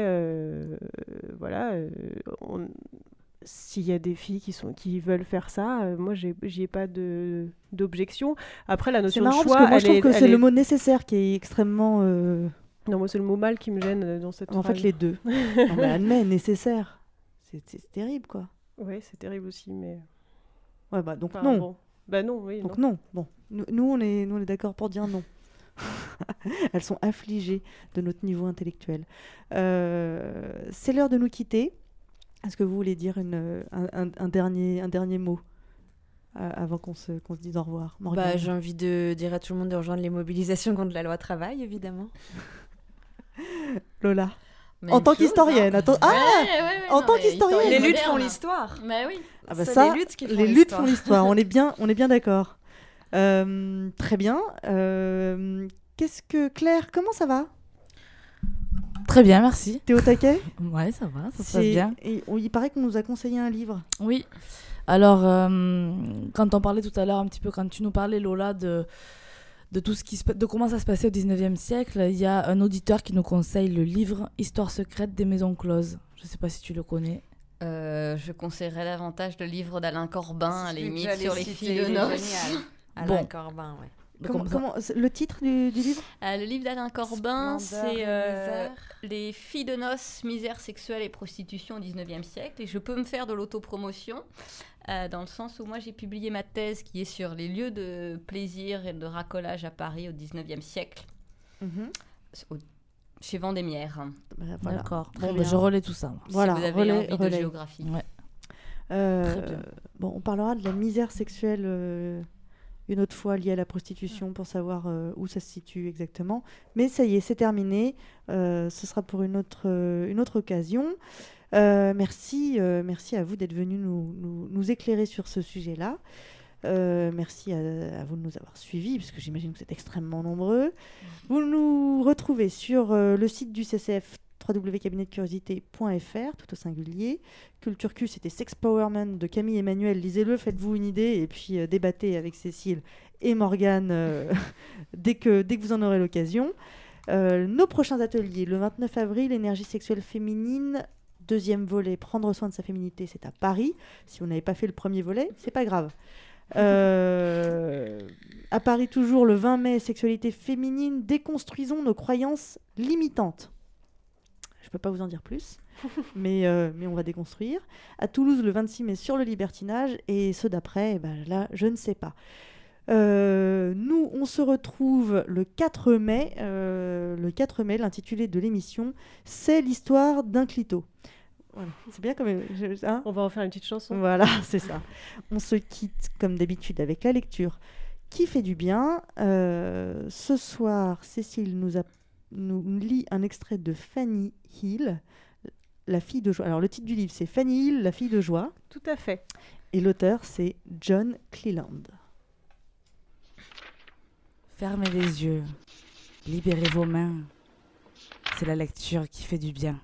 s'il y a des filles qui veulent faire ça, moi, j'y ai pas d'objection. Après, la notion de choix... Parce que moi, je trouve que c'est le mot nécessaire qui est extrêmement... Non, moi, c'est le mot mal qui me gêne dans cette phrase. En fait, les deux. Non, mais admets, nécessaire. C'est terrible, quoi. Oui, c'est terrible aussi, mais... Ouais, bah donc non. Bon. Bah non, oui. Donc non. Bon, nous on est d'accord pour dire non. Elles sont affligées de notre niveau intellectuel. C'est l'heure de nous quitter. Est-ce que vous voulez dire un dernier mot avant qu'on se dise au revoir, Morgane? J'ai envie de dire à tout le monde de rejoindre les mobilisations contre la loi travail, évidemment. Lola, en tant qu'historienne. En tant qu'historienne. Les luttes font l'histoire. Mais oui. Ah bah ça, les luttes font l'histoire. On est bien d'accord. Très bien. Claire, comment ça va? Très bien, merci. T'es au taquet? Ouais, ça va, ça se passe bien. Et il paraît qu'on nous a conseillé un livre. Oui. Alors, quand on parlait tout à l'heure un petit peu, quand tu nous parlais, Lola, de tout de comment ça se passait au 19e siècle, il y a un auditeur qui nous conseille le livre « Histoire secrète des maisons closes ». Je ne sais pas si tu le connais. Je conseillerais davantage le livre d'Alain Corbin, Les mythes sur les filles de noces. Alain Corbin, ouais. Comment, le titre du livre? Le livre d'Alain Corbin, c'est Les filles de noces, misère sexuelle et prostitution au 19e siècle. Et je peux me faire de l'autopromotion, dans le sens où moi j'ai publié ma thèse qui est sur les lieux de plaisir et de racolage à Paris au 19e siècle, chez Vendémiaire. Voilà. D'accord. Bon, je relais tout ça. Voilà, si vous avez envie de géographie. Ouais. Très bien. Bon, on parlera de la misère sexuelle une autre fois liée à la prostitution pour savoir où ça se situe exactement. Mais ça y est, c'est terminé. Ce sera pour une autre occasion. Merci à vous d'être venus nous éclairer sur ce sujet-là. Merci à vous de nous avoir suivis, parce que j'imagine que vous êtes extrêmement nombreux. Vous nous retrouvez sur le site du CCF, www.cabinetdecuriosité.fr, tout au singulier. Culture Q, c'était Sex Powerman de Camille Emmanuel. Lisez-le, faites-vous une idée, et puis débattez avec Cécile et Morgane dès que vous en aurez l'occasion. Nos prochains ateliers, le 29 avril, énergie sexuelle féminine, deuxième volet, prendre soin de sa féminité, c'est à Paris. Si vous n'avez pas fait le premier volet, c'est pas grave. À Paris toujours, le 20 mai, sexualité féminine, déconstruisons nos croyances limitantes. Je ne peux pas vous en dire plus, mais on va déconstruire. À Toulouse, le 26 mai, sur le libertinage, et ceux d'après, là, je ne sais pas. Nous, on se retrouve le 4 mai. L'intitulé de l'émission, c'est l'histoire d'un clito. Voilà. C'est bien comme... On va en faire une petite chanson. Voilà, c'est ça. On se quitte, comme d'habitude, avec la lecture qui fait du bien. Ce soir, Cécile nous lit un extrait de Fanny Hill, La fille de joie. Alors, le titre du livre, c'est Fanny Hill, La fille de joie. Tout à fait. Et l'auteur, c'est John Cleland. Fermez les yeux, libérez vos mains. C'est la lecture qui fait du bien.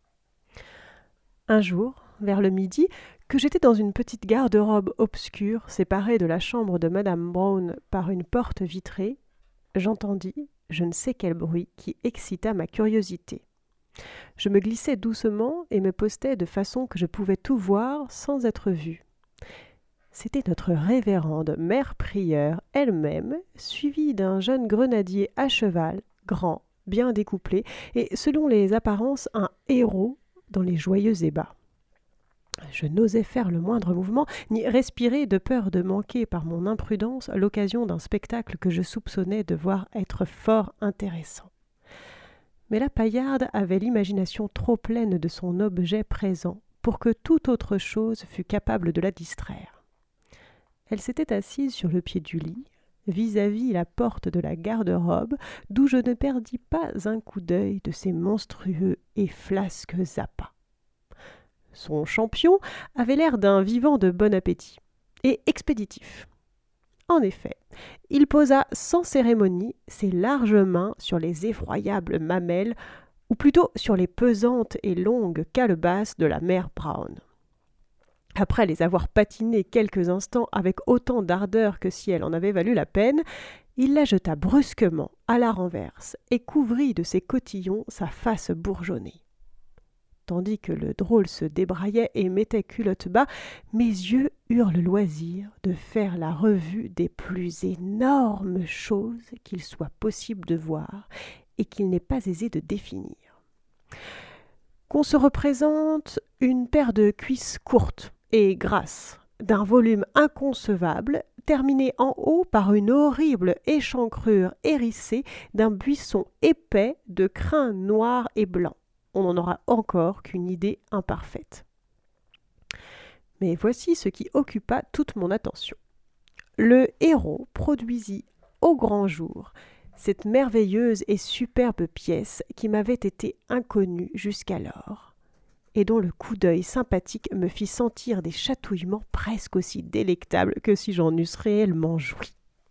Un jour, vers le midi, que j'étais dans une petite garde-robe obscure séparée de la chambre de Madame Brown par une porte vitrée, j'entendis je ne sais quel bruit qui excita ma curiosité. Je me glissai doucement et me postai de façon que je pouvais tout voir sans être vue. C'était notre révérende mère prieure elle-même, suivie d'un jeune grenadier à cheval, grand, bien découplé, et selon les apparences un héros dans les joyeux ébats. Je n'osais faire le moindre mouvement, ni respirer de peur de manquer par mon imprudence l'occasion d'un spectacle que je soupçonnais devoir être fort intéressant. Mais la paillarde avait l'imagination trop pleine de son objet présent pour que toute autre chose fût capable de la distraire. Elle s'était assise sur le pied du lit, vis-à-vis la porte de la garde-robe, d'où je ne perdis pas un coup d'œil de ces monstrueux et flasques appâts. Son champion avait l'air d'un vivant de bon appétit, et expéditif. En effet, il posa sans cérémonie ses larges mains sur les effroyables mamelles, ou plutôt sur les pesantes et longues calebasses de la mère Brown. Après les avoir patinées quelques instants avec autant d'ardeur que si elle en avait valu la peine, il la jeta brusquement à la renverse et couvrit de ses cotillons sa face bourgeonnée. Tandis que le drôle se débraillait et mettait culotte bas, mes yeux eurent le loisir de faire la revue des plus énormes choses qu'il soit possible de voir et qu'il n'est pas aisé de définir. Qu'on se représente une paire de cuisses courtes et grasses, d'un volume inconcevable, terminé en haut par une horrible échancrure hérissée d'un buisson épais de crins noirs et blancs. On n'en aura encore qu'une idée imparfaite. Mais voici ce qui occupa toute mon attention. Le héros produisit au grand jour cette merveilleuse et superbe pièce qui m'avait été inconnue jusqu'alors, et dont le coup d'œil sympathique me fit sentir des chatouillements presque aussi délectables que si j'en eusse réellement joui.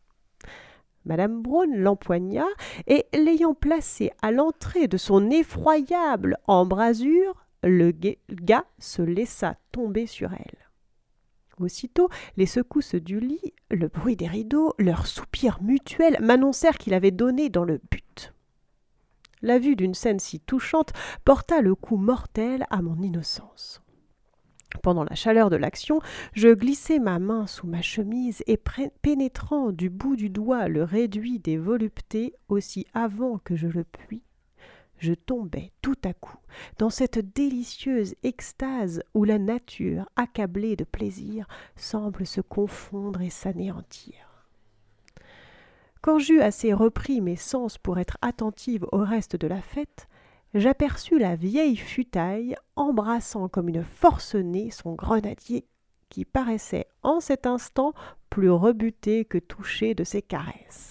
Madame Braun l'empoigna, et l'ayant placé à l'entrée de son effroyable embrasure, le gars se laissa tomber sur elle. Aussitôt, les secousses du lit, le bruit des rideaux, leurs soupirs mutuels m'annoncèrent qu'il avait donné dans le but. La vue d'une scène si touchante porta le coup mortel à mon innocence. Pendant la chaleur de l'action, je glissai ma main sous ma chemise et pénétrant du bout du doigt le réduit des voluptés aussi avant que je le puis, je tombai tout à coup dans cette délicieuse extase où la nature, accablée de plaisir, semble se confondre et s'anéantir. Quand j'eus assez repris mes sens pour être attentive au reste de la fête, j'aperçus la vieille futaille embrassant comme une forcenée son grenadier, qui paraissait en cet instant plus rebuté que touché de ses caresses.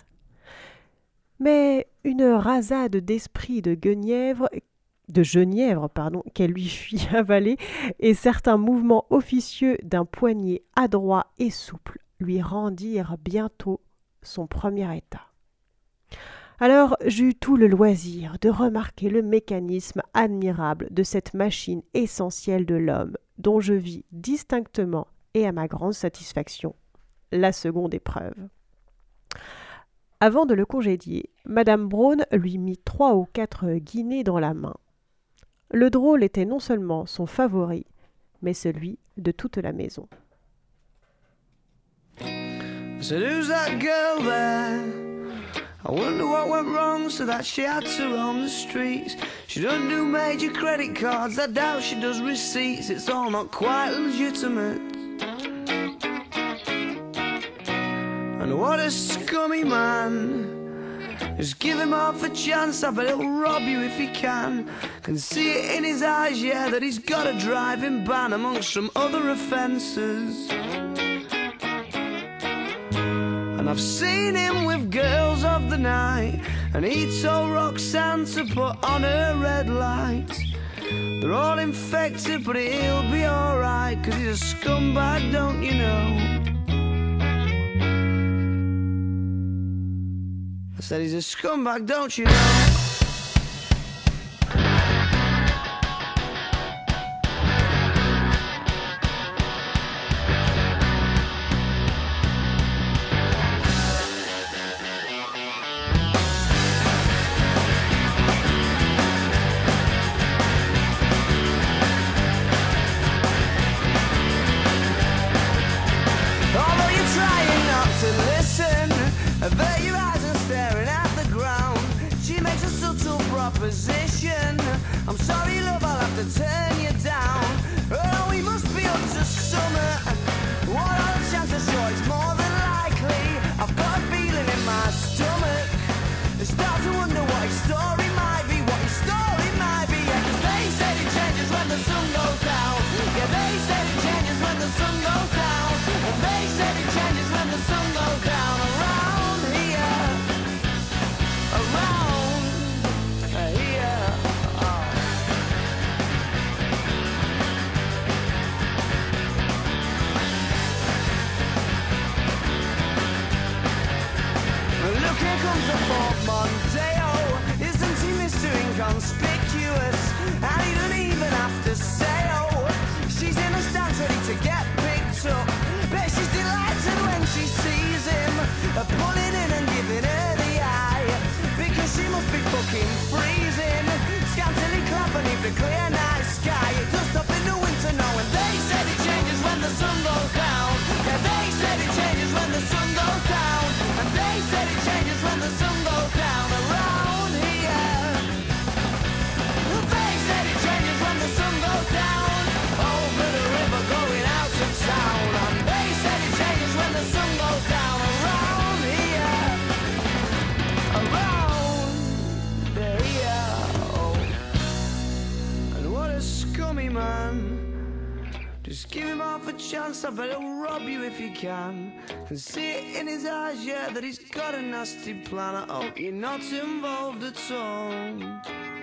Mais une rasade d'esprit de genièvre qu'elle lui fit avaler, et certains mouvements officieux d'un poignet adroit et souple lui rendirent bientôt son premier état. Alors j'eus tout le loisir de remarquer le mécanisme admirable de cette machine essentielle de l'homme, dont je vis distinctement et à ma grande satisfaction la seconde épreuve. Avant de le congédier, Madame Braun lui mit 3 ou 4 guinées dans la main. Le drôle était non seulement son favori, mais celui de toute la maison. So who's that girl there? I wonder what went wrong so that she had to roam the streets. She doesn't do major credit cards, I doubt she does receipts. It's all not quite legitimate. And what a scummy man. Just give him half a chance, I bet he'll rob you if he can. Can see it in his eyes, yeah, that he's got a driving ban amongst some other offences. And I've seen him with girls of the night, and he told Roxanne to put on her red light. They're all infected, but he'll be alright, 'cause he's a scumbag, don't you know? I said he's a scumbag, don't you know? I'm sorry, love, I'll have to turn you down. Oh, we must be up to summer. What are the chances? Sure, it's more than likely. I've got a feeling in my stomach. I start to wonder what his story might be, what his story might be. Yeah, 'cause they said it changes when the sun goes down. Yeah, they said it changes when the sun goes down. And they said it changes when the sun goes down. Around here, around here. Look, here comes a Ford Mondeo. Isn't he Mr. Inconspicuous? And he don't even have to say, oh, she's in the stands ready to get picked up. Bet she's delighted when she sees him, pulling in and giving her the eye, because she must be fucking freezing, scantily clad beneath the clear night sky. It does stop in the winter now, and they said it changes when the sun goes down. Yeah, they said it changes when the sun goes down. And they said it changes when the sun goes down. Around here, they I bet he'll rob you if he can. And see it in his eyes, yeah, that he's got a nasty plan. I hope you're not involved at all.